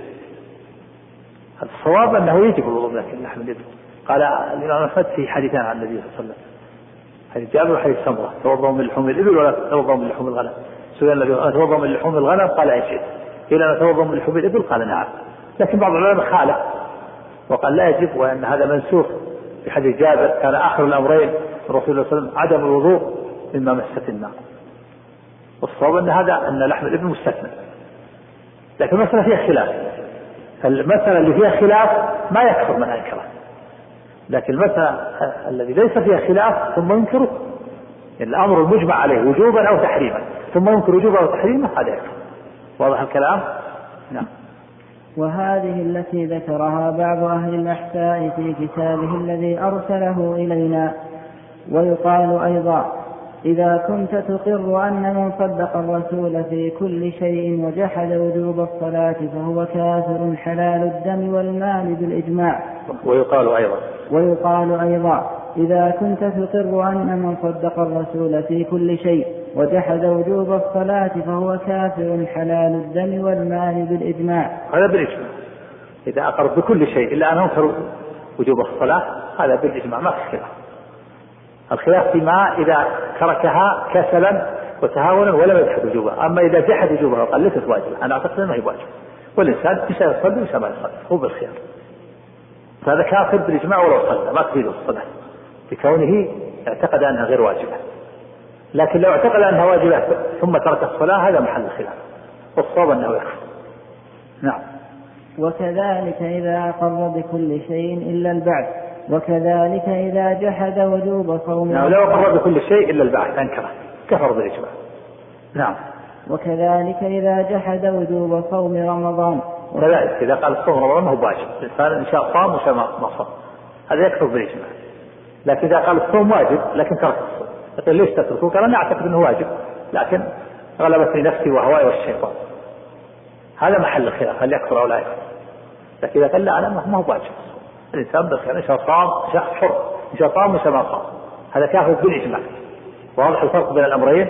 الصواب أنه يجب الوضوء من لحم الإبل. قال الإمام أحمد في حديثان عن النبي صلى الله عليه وسلم، حديث جابر وحديث سمرة، توضؤوا من لحوم الإبل ولا توضؤوا من لحوم الغنم. سئل النبي أتوضأ من لحوم الغنم؟ قال إن شئت. قيل أنا أتوضأ من لحوم الإبل؟ قال نعم. لكن بعض العلماء خالف وقال لا يجب، وأن هذا منسوخ في حديث جابر كان آخر الأمرين الرسول صلى الله عليه وسلم عدم الوضوء مما مست النار. والصواب أن هذا أن لحم الإبل مستثنى، لكن المسألة فيها خلاف. المسألة اللي فيها خلاف ما يكفر من أنكره، لكن المسألة الذي ليس فيها خلاف ثم ينكره، الأمر المجمع عليه وجوبا أو تحريما ثم ينكر وجوبا أو تحريما هذا يكفر. واضح الكلام؟ نعم. وهذه التي ذكرها بعض أهل الأحساء في كتابه الذي أرسله إلينا. ويقال أيضا إذا كنت تقر أن من صدق الرسول في كل شيء وجحد وجوب الصلاة فهو كافر حلال الدم والمال بالإجماع. ويقال أيضا ويقال أيضا إذا كنت تقر أن من صدق الرسول في كل شيء وجحد وجوب الصلاة فهو كافر حلال الدم والمال بالإجماع. هذا بالإجماع، إذا أقر بكل شيء إلا أن أنكر وجوب الصلاة هذا بالإجماع ما في خلاف. الخلاف فيما إذا تركها كسلا وتهاونا ولم يجحد وجوبها. أما إذا جحد وجوبها وقال ليست واجبة أنا أعتقد أنها هي واجبة، والإنسان يشاء يصلي ويشاء ما يصلي هو بالخيار، فهذا كافر بالإجماع ولو صلى ما تفيده الصلاة بكونه اعتقد أنها غير واجبة. لكن لو اعتقد أنها واجبة ثم ترك الصلاة هذا محل الخلاف، والصواب أنه يكفر. نعم. وكذلك إذا أقر بكل شيء إلا البعث، وكذلك إذا جحد وجوب صوم. نعم لو أقر بكل شيء إلا البعث أنكره كفر بالإجماع. نعم. وكذلك إذا جحد وجوب صوم رمضان. كذلك إذا قال صوم رمضان هو واجب، الإنسان إن شاء صام وشاء ما صام هذا يكفر بالإجماع. لكن إذا قال الصوم واجب لكن ترك الصوم يقول ليش تتركه؟ قال أنا أعتقد أنه واجب لكن غلبتني نفسي وهواي والشيطان، هذا محل الخلاف هل يكفر أو لا يكفر. لكن إذا قال لا أنا ما هو واجب، الإنسان بالخير إن شاء صام شاء حر إن شاء صام وشاء ما صام هذا كافر بالإجماع. واضح الفرق بين الأمرين.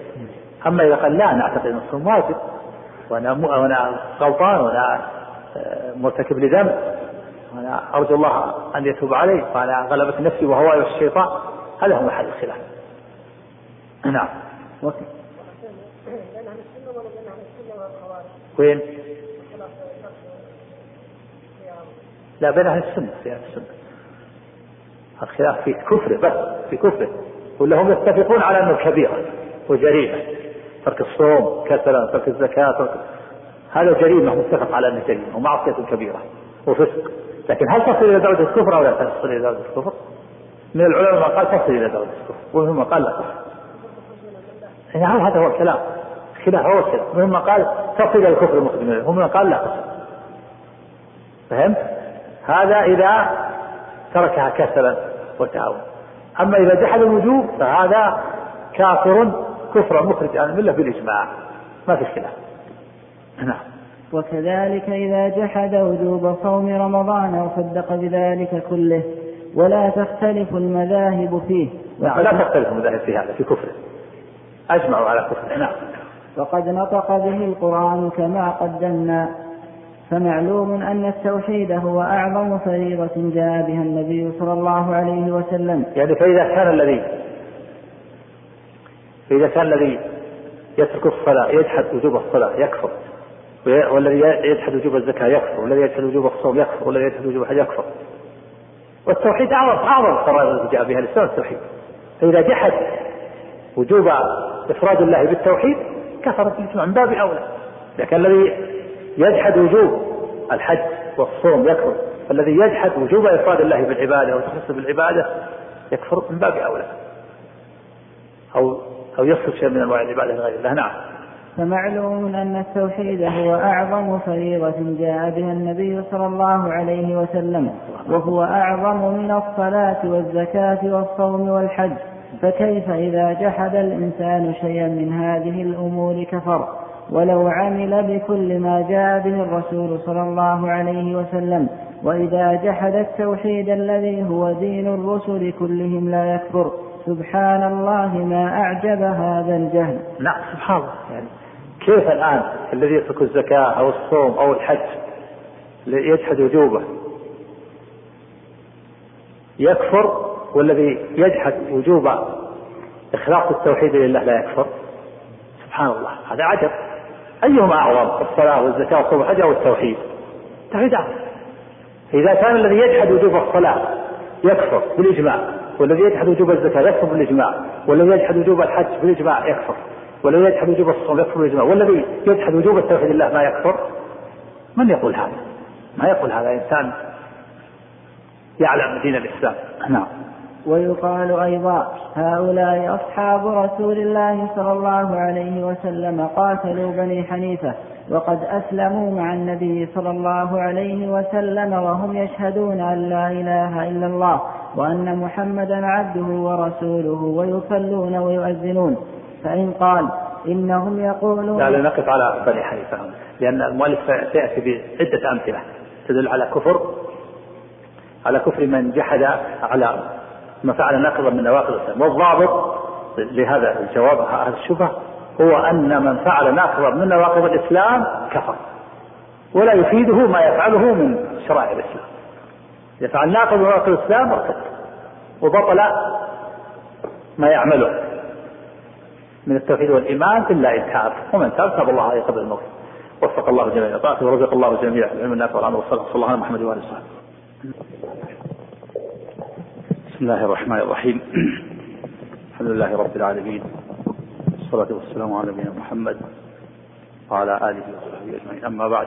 أما إذا قال لا أنا أعتقد أن الصوم واجب وأنا م... وأنا غلطان وأنا مرتكب لذنب وأنا أرجو الله أن يتوب علي وأنا غلبت نفسي وهواي والشيطان هذا هو محل الخلاف. نعم. وين؟ لا بين أهل السنة في أهل السنة الخلاف في كفره بس في كفره، ولا هم يتفقون على أنه كبيرة وجريمة ترك الصوم كسلا ترك الزكاة ترك... هذا جريمة متفق على أنه جريمة ومعصية كبيرة وفسق. لكن هل تصل إلى درجة الكفر أو لا تصل إلى درجة الكفر؟ من العلماء قال تصل إلى درجة الكفر ومنهم قال لا تصل. نعم هذا هو الكلام، خلاف هو الكلام. منهم من قال تصل الكفر المخرج منه، ومن قال لا تصل. فهمت؟ هذا إذا تركها كسلا وتهاونا. أما إذا جحد الوجوب فهذا كافر كفر مخرج عن الملة بالإجماع، ما في خلاف. نعم. وكذلك إذا جحد وجوب صوم رمضان وصدق بذلك كله، ولا تختلف المذاهب فيه. نعم لا تختلف المذاهب في هذا، في كفره أجمعوا على كفره. نعم. وقد نطق به القرآن كما قدمنا. فمعلوم أن التوحيد هو أعظم فريضة جاء بها النبي صلى الله عليه وسلم. يعني فإذا كان الذي فإذا كان الذي يترك الصلاة يجحد وجوب الصلاة يكفر، والذي يجحد وجوب الزكاة يكفر، والذي يجحد وجوب الصوم يكفر، والذي يجحد وجوب الحج يكفر. والتوحيد أعظم أعظم الفرائض التي جاء بها الإسلام التوحيد. فإذا جحد وجوب إفراد الله بالتوحيد كفر بالإجماع من باب أولى. لكن الذي يجحد وجوب الحج والصوم يكفر، فالذي يجحد وجوب إفراد الله بالعبادة وتخصص بالعبادة يكفر من باب أولى، أو أو يصرف شيء من أنواع العبادة لغير الله. نعم. فمعلوم أن التوحيد هو أعظم فريضة جاء بها النبي صلى الله عليه وسلم، وهو أعظم من الصلاة والزكاة والصوم والحج. فكيف إذا جحد الإنسان شيئا من هذه الأمور كفر، ولو عمل بكل ما جاء به الرسول صلى الله عليه وسلم؟ وإذا جحد التوحيد الذي هو دين الرسل كلهم لا يكفر. سبحان الله ما أعجب هذا الجهل. نعم سبحان الله. يعني كيف الآن الذي يترك الزكاة أو الصوم أو الحج يجحد وجوبه يكفر، والذي يجحد وجوب إخلاص التوحيد لله لا يكفر؟ سبحان الله، هذا عجب. أيهما أعظم، الصلاة والزكاة والصوم والحج أو التوحيد؟ التوحيد أعظم. إذا كان الذي يجحد وجوب الصلاة يكفر بالإجماع، والذي يجحد وجوب الزكاة يكفر بالإجماع، والذي يجحد وجوب الحج بالإجماع يكفر، والذي يجحد وجوب الصوم يكفر بالإجماع، والذي يجحد وجوب التوحيد لله ما يكفر؟ من يقول هذا؟ ما يقول هذا إنسان يعلم دين الإسلام. نعم. ويقال أيضا هؤلاء أصحاب رسول الله صلى الله عليه وسلم قاتلوا بني حنيفة وقد أسلموا مع النبي صلى الله عليه وسلم وهم يشهدون أن لا إله إلا الله وأن محمدا عبده ورسوله ويصلون ويؤذنون. فإن قال إنهم يقولون لا نقف على بني حنيفة، لأن المؤلف سيأتي بعدة أمثلة تدل على كفر على كفر من جحد على ما فعل ناقضا من نواقض الإسلام. والضابط لهذا الجواب هذا الشبهة هو أن من فعل ناقضا من نواقض الإسلام كفر، ولا يفيده ما يفعله من شرائع الإسلام. يفعل ناقض من نواقض الإسلام ارتد وبطل ما يعمله من التوحيد والإيمان إلا إن تاب، ومن تاب تاب الله عليه قبل الموت. وفق الله جميعا طاعته ورزق الله جميعا العلم النافع والعمل والصلاة صلى الله على محمد وآله وصحبه. بسم الله الرحمن الرحيم. الحمد لله رب العالمين، والصلاة والسلام على نبينا محمد وعلى آله وصحبه أجمعين. أما بعد،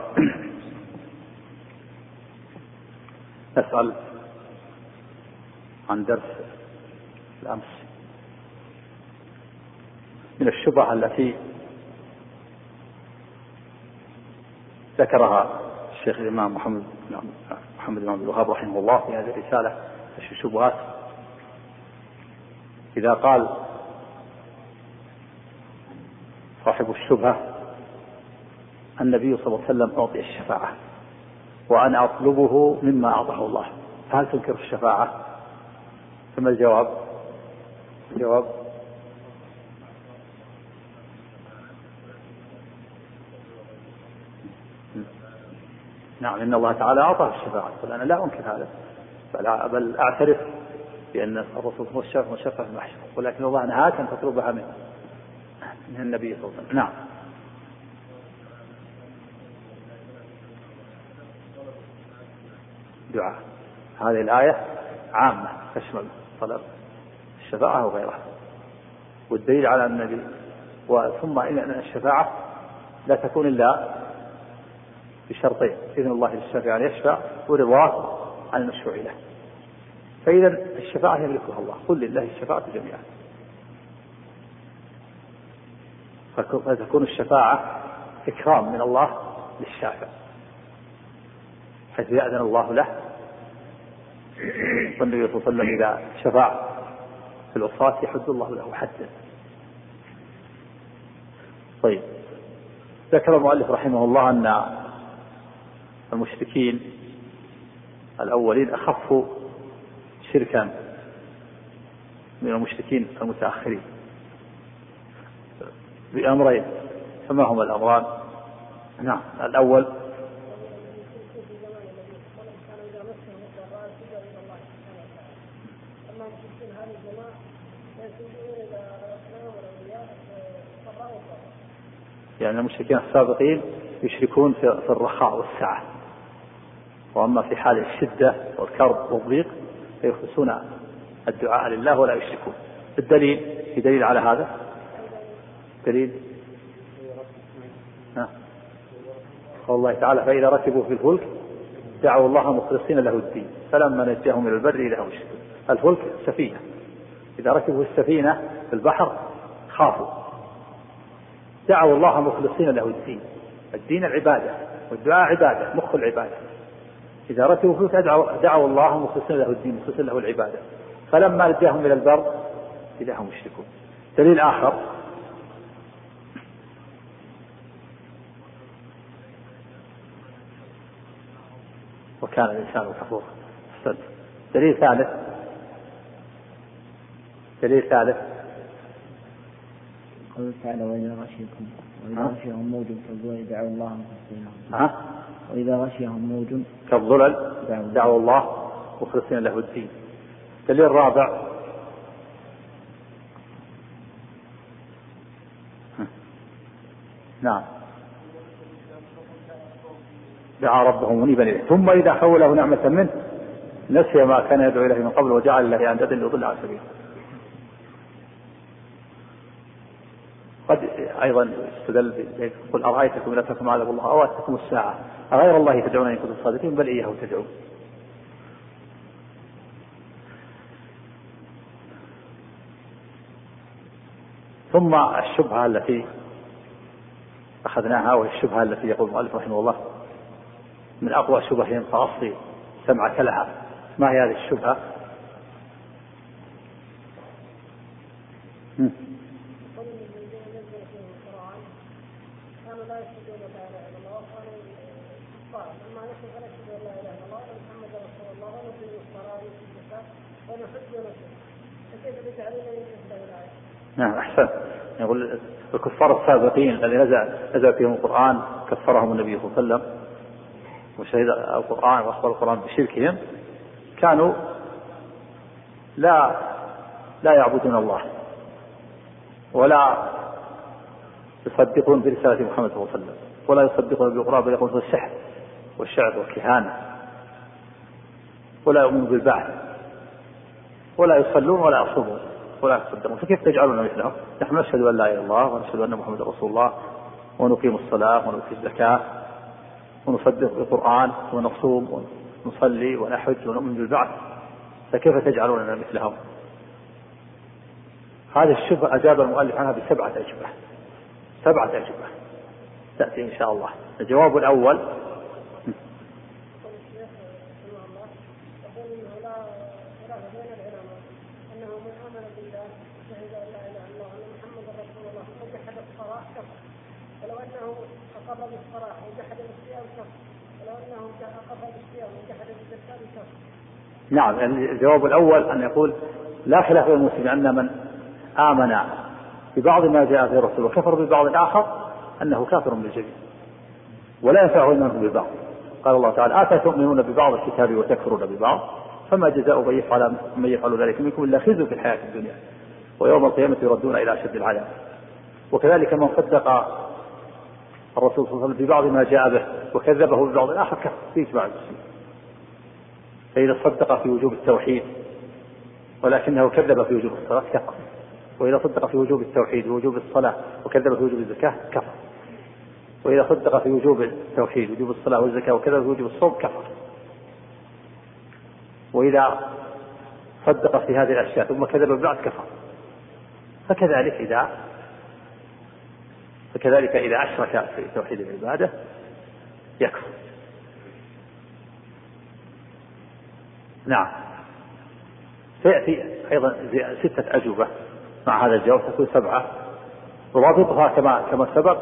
نسأل عن درس الأمس من الشبهة التي ذكرها الشيخ الإمام محمد محمد بن عبد الوهاب رحمه الله في هذه الرسالة في الشبهات. إذا قال صاحب الشبهة النبي صلى الله عليه وسلم أعطي الشفاعة وأنا أطلبه مما أعطاه الله، فهل تنكر الشفاعة؟ ثم الجواب الجواب نعم، إن الله تعالى أعطاه الشفاعة، فأنا لا أنكر هذا، بل أعترف بأن الرسول هو الشافع والشفاعة في المحشر، ولكن الله نهاك أن تطلبها منه من النبي صلى الله عليه وسلم. نعم. دعاء هذه الآية عامة تشمل طلب الشفاعة وغيرها، والدليل على النبي. وثم إن الشفاعة لا تكون إلا بشرطين: إذن الله للشافع أن يشفع، ورضاه عن المشفوع له. فإذا الشفاعة يملكها الله، قل لله الشفاعة جميعا. فتكون الشفاعة إكرام من الله للشافع، حيث يأذن الله له. والنبي صلى الله عليه وسلم إذا شفع في العصاة يحد الله له حدا. طيب، ذكر المؤلف رحمه الله أن المشركين الأولين أخفوا شركا من المشركين المتأخرين بأمرين، فما هما الأمران؟ نعم، الأول يعني المشركين السابقين يشركون في الرخاء والسعة، وأما في حال الشدة والكرب والضيق فيخلصون الدعاء لله ولا يشركون. الدليل، في دليل على هذا؟ دليل قول الله تعالى: فإذا ركبوا في الفلك دعوا الله مخلصين له الدين فلما نجاهم إلى البر إذا هم يشركون. الفلك سفينة، إذا ركبوا السفينة في البحر خافوا، دعوا الله مخلصين له الدين. الدين العبادة، والدعاء عبادة، مخ العبادة. إذا ركبوا فلك دعوا الله مخلصين له الدين، مخلصين له العبادة فلما نجاهم إلى البر إذا هم يشركون. دليل آخر: وكان الإنسان كفورا. دليل ثالث، دليل ثالث قوله تعالى: وإذا غشيكم وإذا غشيهم موج كالظلل دعوا الله مخلصين له الدين. وإذا غشيهم موج كالظلل دعوا الله مخلصين له الدين. دليل رابع: نعم، دعا ربه منيبا إليه ثم إذا حوله نعمة منه نسي ما كان يدعو إليه من قبل وجعل الله أندادا ليضل عن سبيله. قد أيضا استدل يقول: أرأيتكم إن أتاكم عذاب الله أو أتاكم الساعة أغير الله تدعون إن كنتم صادقين بل إياه تدعون. ثم الشبهة التي أخذناها، وهي الشبهة التي يقول المؤلف رحمه الله من أقوى شبههم فأصلي سمعك لها. ما هي هذه الشبهة؟ نعم، أحسن. يقول الكفار السابقين الذين نزل نزل فيهم القرآن كفرهم النبي صلى الله عليه وسلم وشهد القرآن وأخبر القرآن بشركهم، كانوا لا لا يعبدون الله ولا يصدقون برسالة محمد صلى الله عليه وسلم ولا يصدقون بالقرآن بل يقولون السحر والشعر والكهانة ولا يؤمنون بالبعث ولا يصلون ولا يصومون ولا يصدقون. فكيف تجعلون مثلهم؟ نحن نشهد أن لا إله إلا الله ونشهد أن محمد رسول الله ونقيم الصلاة ونؤتي الزكاة ونصدق بالقرآن ونصوم ونصلي ونحج ونؤمن بالبعث، فكيف تجعلوننا مثلهم؟ هذه الشبهة أجاب المؤلف عنها بسبعة أجوبة، سبعة أجوبة تأتي إن شاء الله. الجواب الأول: نعم، الجواب الأول أن يقول لا خلاف بين المسلمين أن من آمن ببعض ما جاء في الرسول وكفر ببعض الآخر أنه كافر بالجميع ولا ينفعه إيمانه ببعض. قال الله تعالى: أفتؤمنون ببعض الكتاب وتكفرون ببعض فما جزاء من يفعل من يفعل ذلك منكم إلا خزي في الحياة الدنيا ويوم القيامة يردون إلى أشد العذاب. وكذلك من صدق الرسول صلى الله عليه وسلم ببعض ما جاء به وكذبه ببعض الآخر كفر في إجماع المسلمين. فإذا صدق في وجوب التوحيد ولكنه كذب في وجوب الصلاة كفر، وإذا صدق في وجوب التوحيد ووجوب الصلاة وكذب في وجوب الزكاة كفر، وإذا صدق في وجوب التوحيد ووجوب الصلاة والزكاة وكذب في وجوب الصوم كفر، وإذا صدق في هذه الأشياء ثم كذب ببعض كفر. فكذلك إذا فكذلك إذا أشرك في توحيد العبادة يكفر. نعم. سيأتي أيضا ستة أجوبة مع هذا الجواب، تكون سبعة، وضابطها كما كما سبق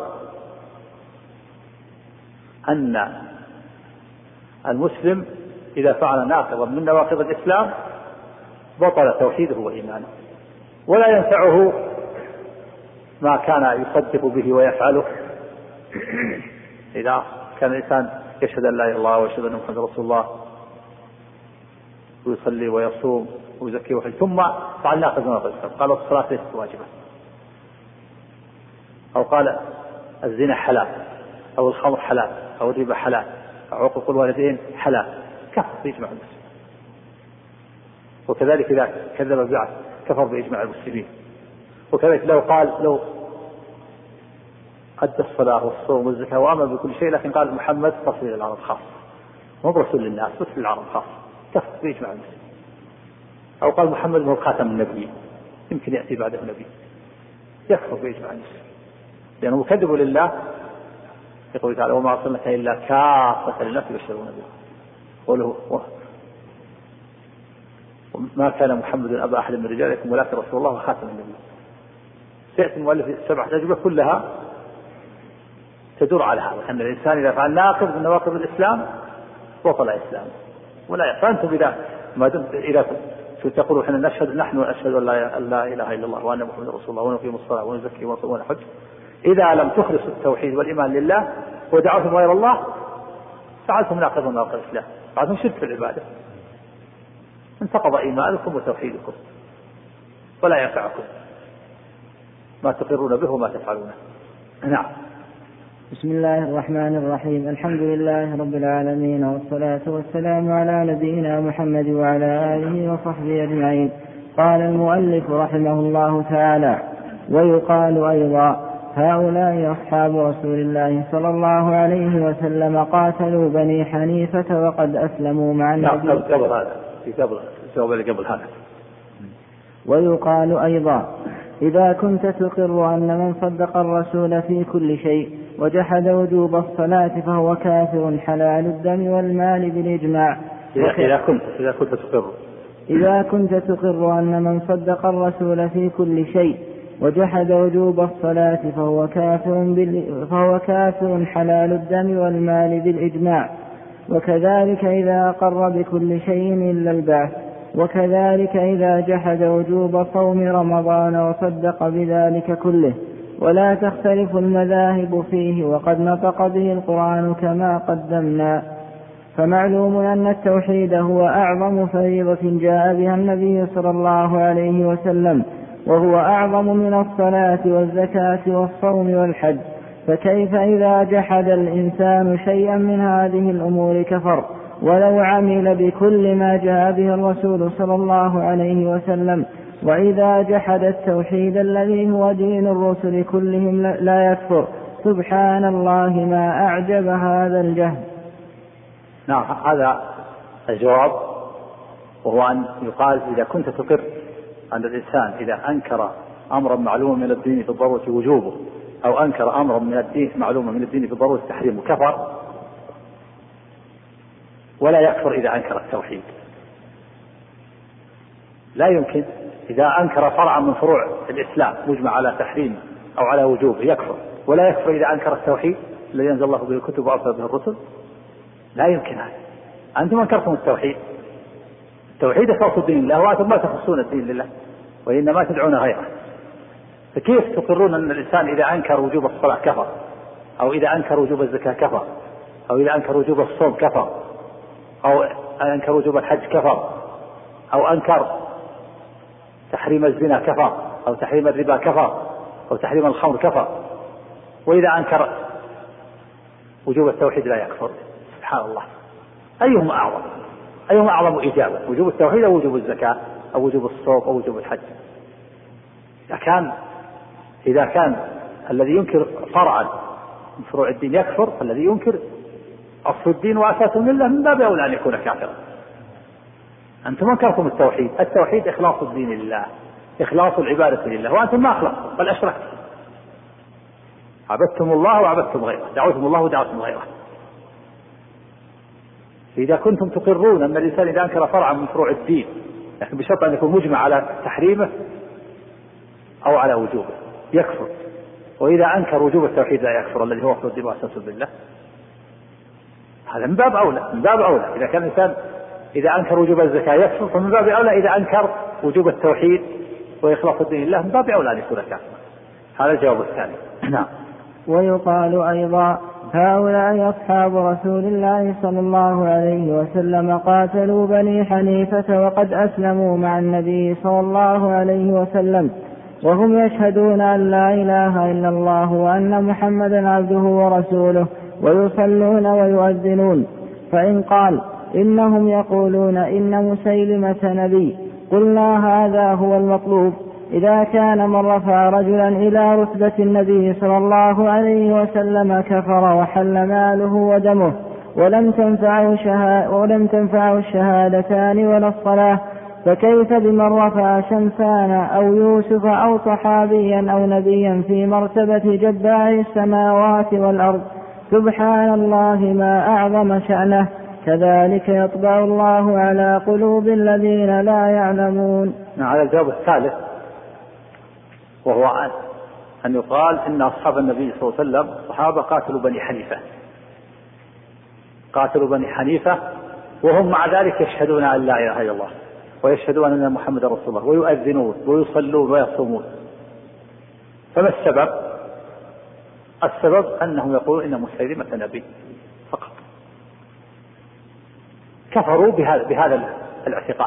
أن المسلم إذا فعل ناقضا من نواقض الإسلام بطل توحيده وإيمانه، ولا ينفعه ما كان يصدق به ويفعله. إذا كان الإنسان يشهد أن لا إله إلا الله ويشهد أن محمد رسول الله ويصلي ويصوم ويزكي ويحج ثم فعل ناقض من نواقض الإسلام، قال الصلاة ليست واجبة، أو قال الزنا حلال، أو الخمر حلال، أو الربا حلال، أو عقوق الوالدين حلال، كفر بإجماع المسلمين. وكذلك إذا كذب بالبعث كفر بإجماع المسلمين. وكذلك لو قال لو أدى الصلاة والصوم والزكاة وأمر بكل شيء لكن قال محمد رسول للعرب خاص، مو برسول للناس بس للعرب خاص، كفر بإجماع المسلمين. أو قال محمد هو خاتم النبي، يمكن يأتي بعده نبي، يكفر بإجماع المسلمين، لأنه مكذب لله. يقول تعالى وما أرسلناك إلا كافة للناس بشرا ونذيرا، قوله ما كان محمد أبا أحد من رجالكم ولكن رسول الله وخاتم النبي. سيأتي المؤلف السبعة أجوبة كلها تدور على هذا، أن الإنسان إذا فعل ناقض من نواقض الإسلام بطل إسلامه ولا يحصل. أنتم إذا ما دمت إذا تقولوا إحنا نشهد نحن نشهد أن لا إله إلا الله وأن محمد رسول الله ونقيم الصلاة ونزكي ونصوم ونحج، إذا لم تخلصوا التوحيد والإيمان لله ودعوتم غير الله فعلتم ناقضا من نواقض الإسلام، فعلتم شرك في العبادة، انتقض إيمانكم وتوحيدكم ولا ينفعكم ما تقرون به وما تفعلونه. نعم. بسم الله الرحمن الرحيم. الحمد لله رب العالمين، والصلاة والسلام على نبينا محمد وعلى آله وصحبه أجمعين. قال المؤلف رحمه الله تعالى: ويقال أيضا هؤلاء أصحاب رسول الله صلى الله عليه وسلم قاتلوا بني حنيفة وقد أسلموا مع النبي. قبل هذا قبل قبل هذا ويقال أيضا إذا كنت تقر أن من صدق الرسول في كل شيء وجحد وجوب الصلاة فهو كافر حلال الدم والمال بالإجماع. إذا كنت إذا كنت تقر إذا كنت تقر أن من صدق الرسول في كل شيء وجحد وجوب الصلاة فهو كافر بال... فهو كافر حلال الدم والمال بالإجماع. وكذلك إذا أقر بكل شيء إلا البعث. وكذلك إذا جحد وجوب صوم رمضان وصدق بذلك كله. ولا تختلف المذاهب فيه، وقد نطق به القرآن كما قدمنا. فمعلوم أن التوحيد هو أعظم فريضة جاء بها النبي صلى الله عليه وسلم، وهو أعظم من الصلاة والزكاة والصوم والحج. فكيف إذا جحد الإنسان شيئا من هذه الأمور كفر ولو عمل بكل ما جاء به الرسول صلى الله عليه وسلم؟ وإذا جحد التوحيد الذي هو دين الرسل كلهم لا يكفر. سبحان الله ما أعجب هذا الجهل. نعم، هذا الجواب، وهو أن يقال إذا كنت تقر أن الإنسان إذا أنكر أمرا معلوما من الدين بالضرورة وجوبه، أو أنكر أمرا من الدين معلوما من الدين بالضرورة تحريمه، كفر ولا يكفر إذا أنكر التوحيد. لا يمكن إذا أنكر فرعا من فروع الإسلام مجمع على تحريمه أو على وجوبه يكفر، ولا يكفر إذا أنكر التوحيد الذي أنزل الله به الكتب وأرسل به الرسل. لا يمكن هذا. أنتم أنكرتم التوحيد، التوحيد خاص الدين لله وأنتم ما تخصون الدين لله وإنما تدعون غيره. فكيف تقرون أن الإنسان إذا أنكر وجوب الصلاة كفر، أو إذا أنكر وجوب الزكاة كفر، أو إذا أنكر وجوب الصوم كفر، أو أنكر وجوب الحج كفر، أو أنكر تحريم الزنا كفر، أو تحريم الربا كفر، أو تحريم الخمر كفر، وإذا أنكر وجوب التوحيد لا يكفر؟ سبحان الله، أيهما أعظم؟ أيهما أعظم إجابة، وجوب التوحيد أو وجوب الزكاة أو وجوب الصوم أو وجوب الحج؟ إذا كان إذا كان الذي ينكر فرعا من فروع الدين يكفر، فالذي ينكر أصل الدين وأساس الملة من باب أولى أن يكون كافرا. أنتم أنكرتم التوحيد، التوحيد إخلاص الدين لله، إخلاص العبادة لله، وأنتم ما أخلصتم بل أشركتم. عبدتم الله وعبدتم غيره، دعوتم الله ودعوتم غيره. إذا كنتم تقرون أن الإنسان إذا أنكر فرعا من فروع الدين، لكن بشرط أن يكون مجمع على تحريمه أو على وجوبه، يكفر. وإذا أنكر وجوب التوحيد لا يكفر، الذي هو أصل الدين وأساس بالله. هذا من باب أولى، من باب أولى إذا كان الإنسان إذا أنكر وجوب الزكاة يكفر، فمن باب أولى إذا أنكر وجوب التوحيد وإخلاص الدين لله من باب أولى أن يكون كافرا. هذا الجواب الثاني. نعم. ويقال أيضا هؤلاء أصحاب رسول الله صلى الله عليه وسلم قاتلوا بني حنيفة وقد أسلموا مع النبي صلى الله عليه وسلم، وهم يشهدون أن لا إله إلا الله وأن محمدا عبده ورسوله، ويصلون ويؤذنون. فإن قال إنهم يقولون إن مسيلمة نبي، قلنا هذا هو المطلوب. إذا كان من رفع رجلا إلى رتبة النبي صلى الله عليه وسلم كفر وحل ماله ودمه، ولم تنفعه, شها... ولم تنفعه الشهادتان ولا الصلاة، فكيف بمن رفع شمسان أو يوسف أو صحابيا أو نبيا في مرتبة جبار السماوات والأرض؟ سبحان الله ما أعظم شأنه. كذلك يطبع الله على قلوب الذين لا يعلمون. على الجواب الثالث، وهو أن يقال إن أصحاب النبي صلى الله عليه وسلم صحابة قاتلوا بني حنيفة، قاتلوا بني حنيفة وهم مع ذلك يشهدون أن لا إله إلا الله ويشهدون أن محمد رسول الله ويؤذنون ويصلون ويصومون. فما السبب؟ السبب أنهم يقولون إن مسيلمة نبي فقط، كفروا بهذا, بهذا الاعتقاد،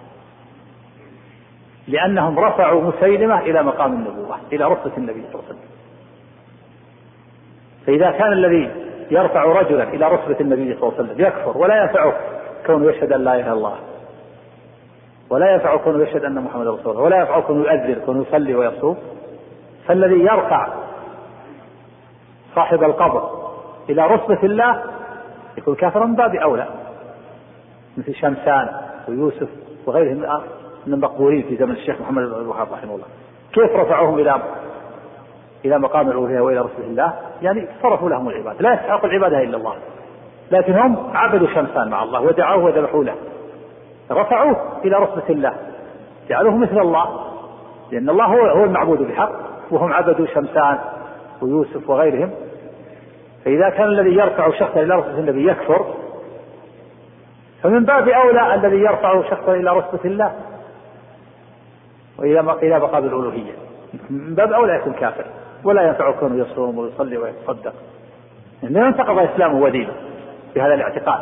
لأنهم رفعوا مسيلمة إلى مقام النبوة، إلى رتبة النبي صلى الله عليه وسلم. فإذا كان الذي يرفع رجلا إلى رتبة النبي صلى الله عليه وسلم يكفر ولا ينفعه كونه يشهد أن لا إله إلا الله، ولا ينفعه كونه يشهد أن محمد رسول الله، ولا ينفعه كونه يؤذن كونه يصلي ويصوم، فالذي يرفع صاحب القبر إلى رتبة الله يكون كافرا من باب أولى، مثل شمسان ويوسف وغيرهم من المقبورين في زمن الشيخ محمد بن الوهاب رحمه الله. كيف رفعوهم إلى إلى مقام الألوهية وإلى رسول الله؟ يعني صرفوا لهم العبادة، لا يستحق العبادة إلا الله، لكن هم عبدوا شمسان مع الله ودعوه وذبحوا له، رفعوه إلى رتبة الله، جعلوه مثل الله، لأن الله هو هو المعبود بحق، وهم عبدوا شمسان ويوسف وغيرهم. فإذا كان الذي يرفع شخصا إلى رتبة النبي يكفر، فمن باب أولى الذي يرفع شخصا إلى رتبة الله وإلى إلى مقام الألوهية، من باب أولى يكون كافر ولا ينفع كونه يصوم ويصلي ويتصدق، إنه انتقض إسلامه ودينه بهذا الاعتقاد،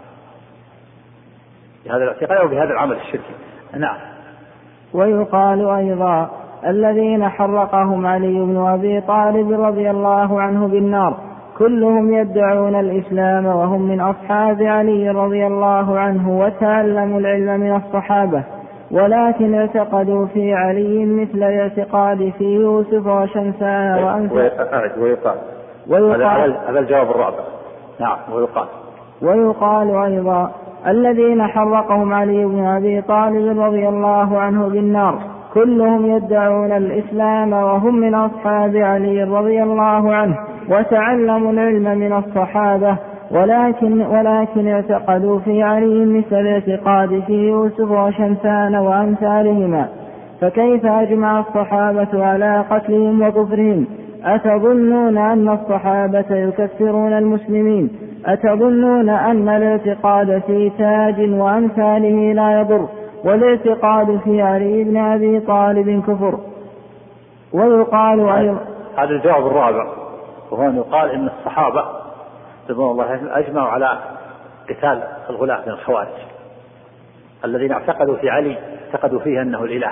بهذا الاعتقاد أو بهذا العمل الشركي. نعم. ويقال أيضا الذين حرقهم علي بن أبي طالب رضي الله عنه بالنار كلهم يدعون الإسلام وهم من أصحاب علي رضي الله عنه وتعلموا العلم من الصحابة، ولكن اعتقدوا في علي مثل الاعتقاد في يوسف وشمسان وأمثال. ويقال ويقال هذا الجواب الرابع. نعم. ويقال ويقال أيضا الذين حرقهم علي بن أبي طالب رضي الله عنه بالنار كلهم يدعون الإسلام وهم من أصحاب علي رضي الله عنه وتعلموا العلم من الصحابة، ولكن ولكن اعتقدوا في علي مثل الاعتقاد في يوسف وشمسان وأمثالهما. فكيف أجمع الصحابة على قتلهم وكفرهم؟ أتظنون أن الصحابة يكفرون المسلمين؟ أتظنون أن الاعتقاد في تاج وأمثاله لا يضر، والاعتقاد في علي بن أبي طالب كفر؟ ويقال أيضا هذا الجواب الرابع، وهو أن يقال إن الصحابة رضوان الله أجمعوا على قتال الغلاة من الخوارج الذين اعتقدوا في علي، اعتقدوا فيه أنه الإله،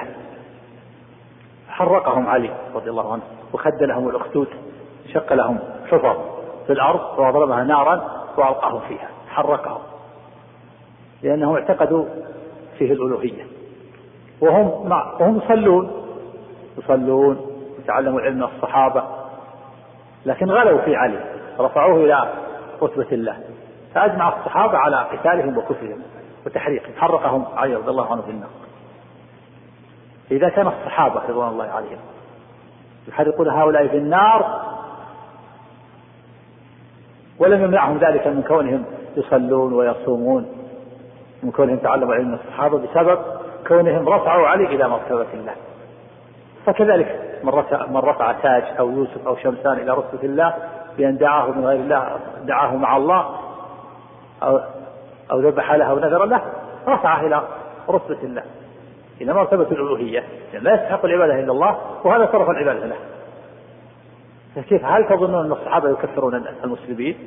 حرقهم علي رضي الله عنه وخد لهم الأخدود، شق لهم حفر في الأرض وضربها نارا وألقاهم فيها، حرقهم لأنهم اعتقدوا فيه الألوهية، وهم مع وهم يصلون يصلون وتعلموا العلم من الصحابة، لكن غلوا في علي رفعوه إلى رتبة الله، فأجمع الصحابة على قتالهم وكفرهم وتحريقهم، حرقهم علي رضي الله عنه في النار. إذا كان الصحابة رضوان الله عليهم يحرقون هؤلاء في النار، ولم يمنعهم ذلك من كونهم يصلون ويصومون، من كونهم تعلموا علم الصحابة، بسبب كونهم رفعوا علي إلى مرتبة الله. فكذلك من رفع تاج أو يوسف أو شمسان إلى رتبة الله بأن دعاه من غير الله، دعاه مع الله أو, أو ذبح له أو نذر له، رفعه إلى رتبة الله، إلى مرتبة الألوهية، لا يستحق العبادة إلا الله، وهذا صرف العبادة له. فكيف هل تظنون أن الصحابة يكفرون المسلمين؟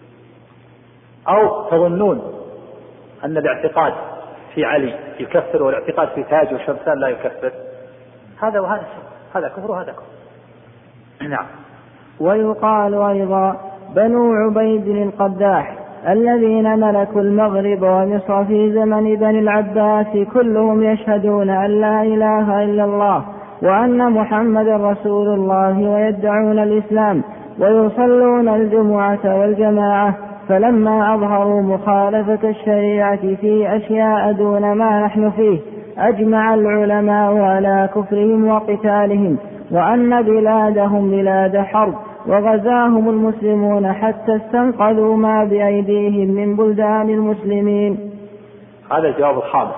أو تظنون أن الاعتقاد في علي يكفر والاعتقاد في تاج وشمسان لا يكفر؟ هذا وهذا هذا كفر وهذا كفر. نعم. ويقال أيضا بنو عبيد القداح الذين ملكوا المغرب ومصر في زمن بني العباس كلهم يشهدون أن لا إله إلا الله وأن محمد رسول الله ويدعون الإسلام ويصلون الجمعة والجماعة، فلما أظهروا مخالفة الشريعة في أشياء دون ما نحن فيه أجمع العلماء على كفرهم وقتالهم، وأن بلادهم بلاد حرب، وغزاهم المسلمون حتى استنقذوا ما بأيديهم من بلدان المسلمين. هذا الجواب الخامس.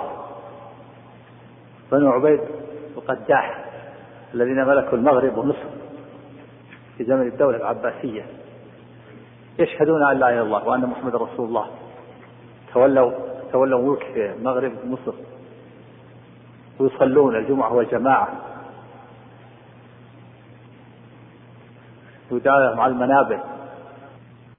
بنو عبيد القداح الذين ملكوا المغرب ومصر في زمن الدولة العباسية يشهدون أن لا إله إلا الله وأن محمد رسول الله، تولوا تولوا ملك في المغرب ومصر، ويصلون الجمعة والجماعة، ويدعون مع المنابر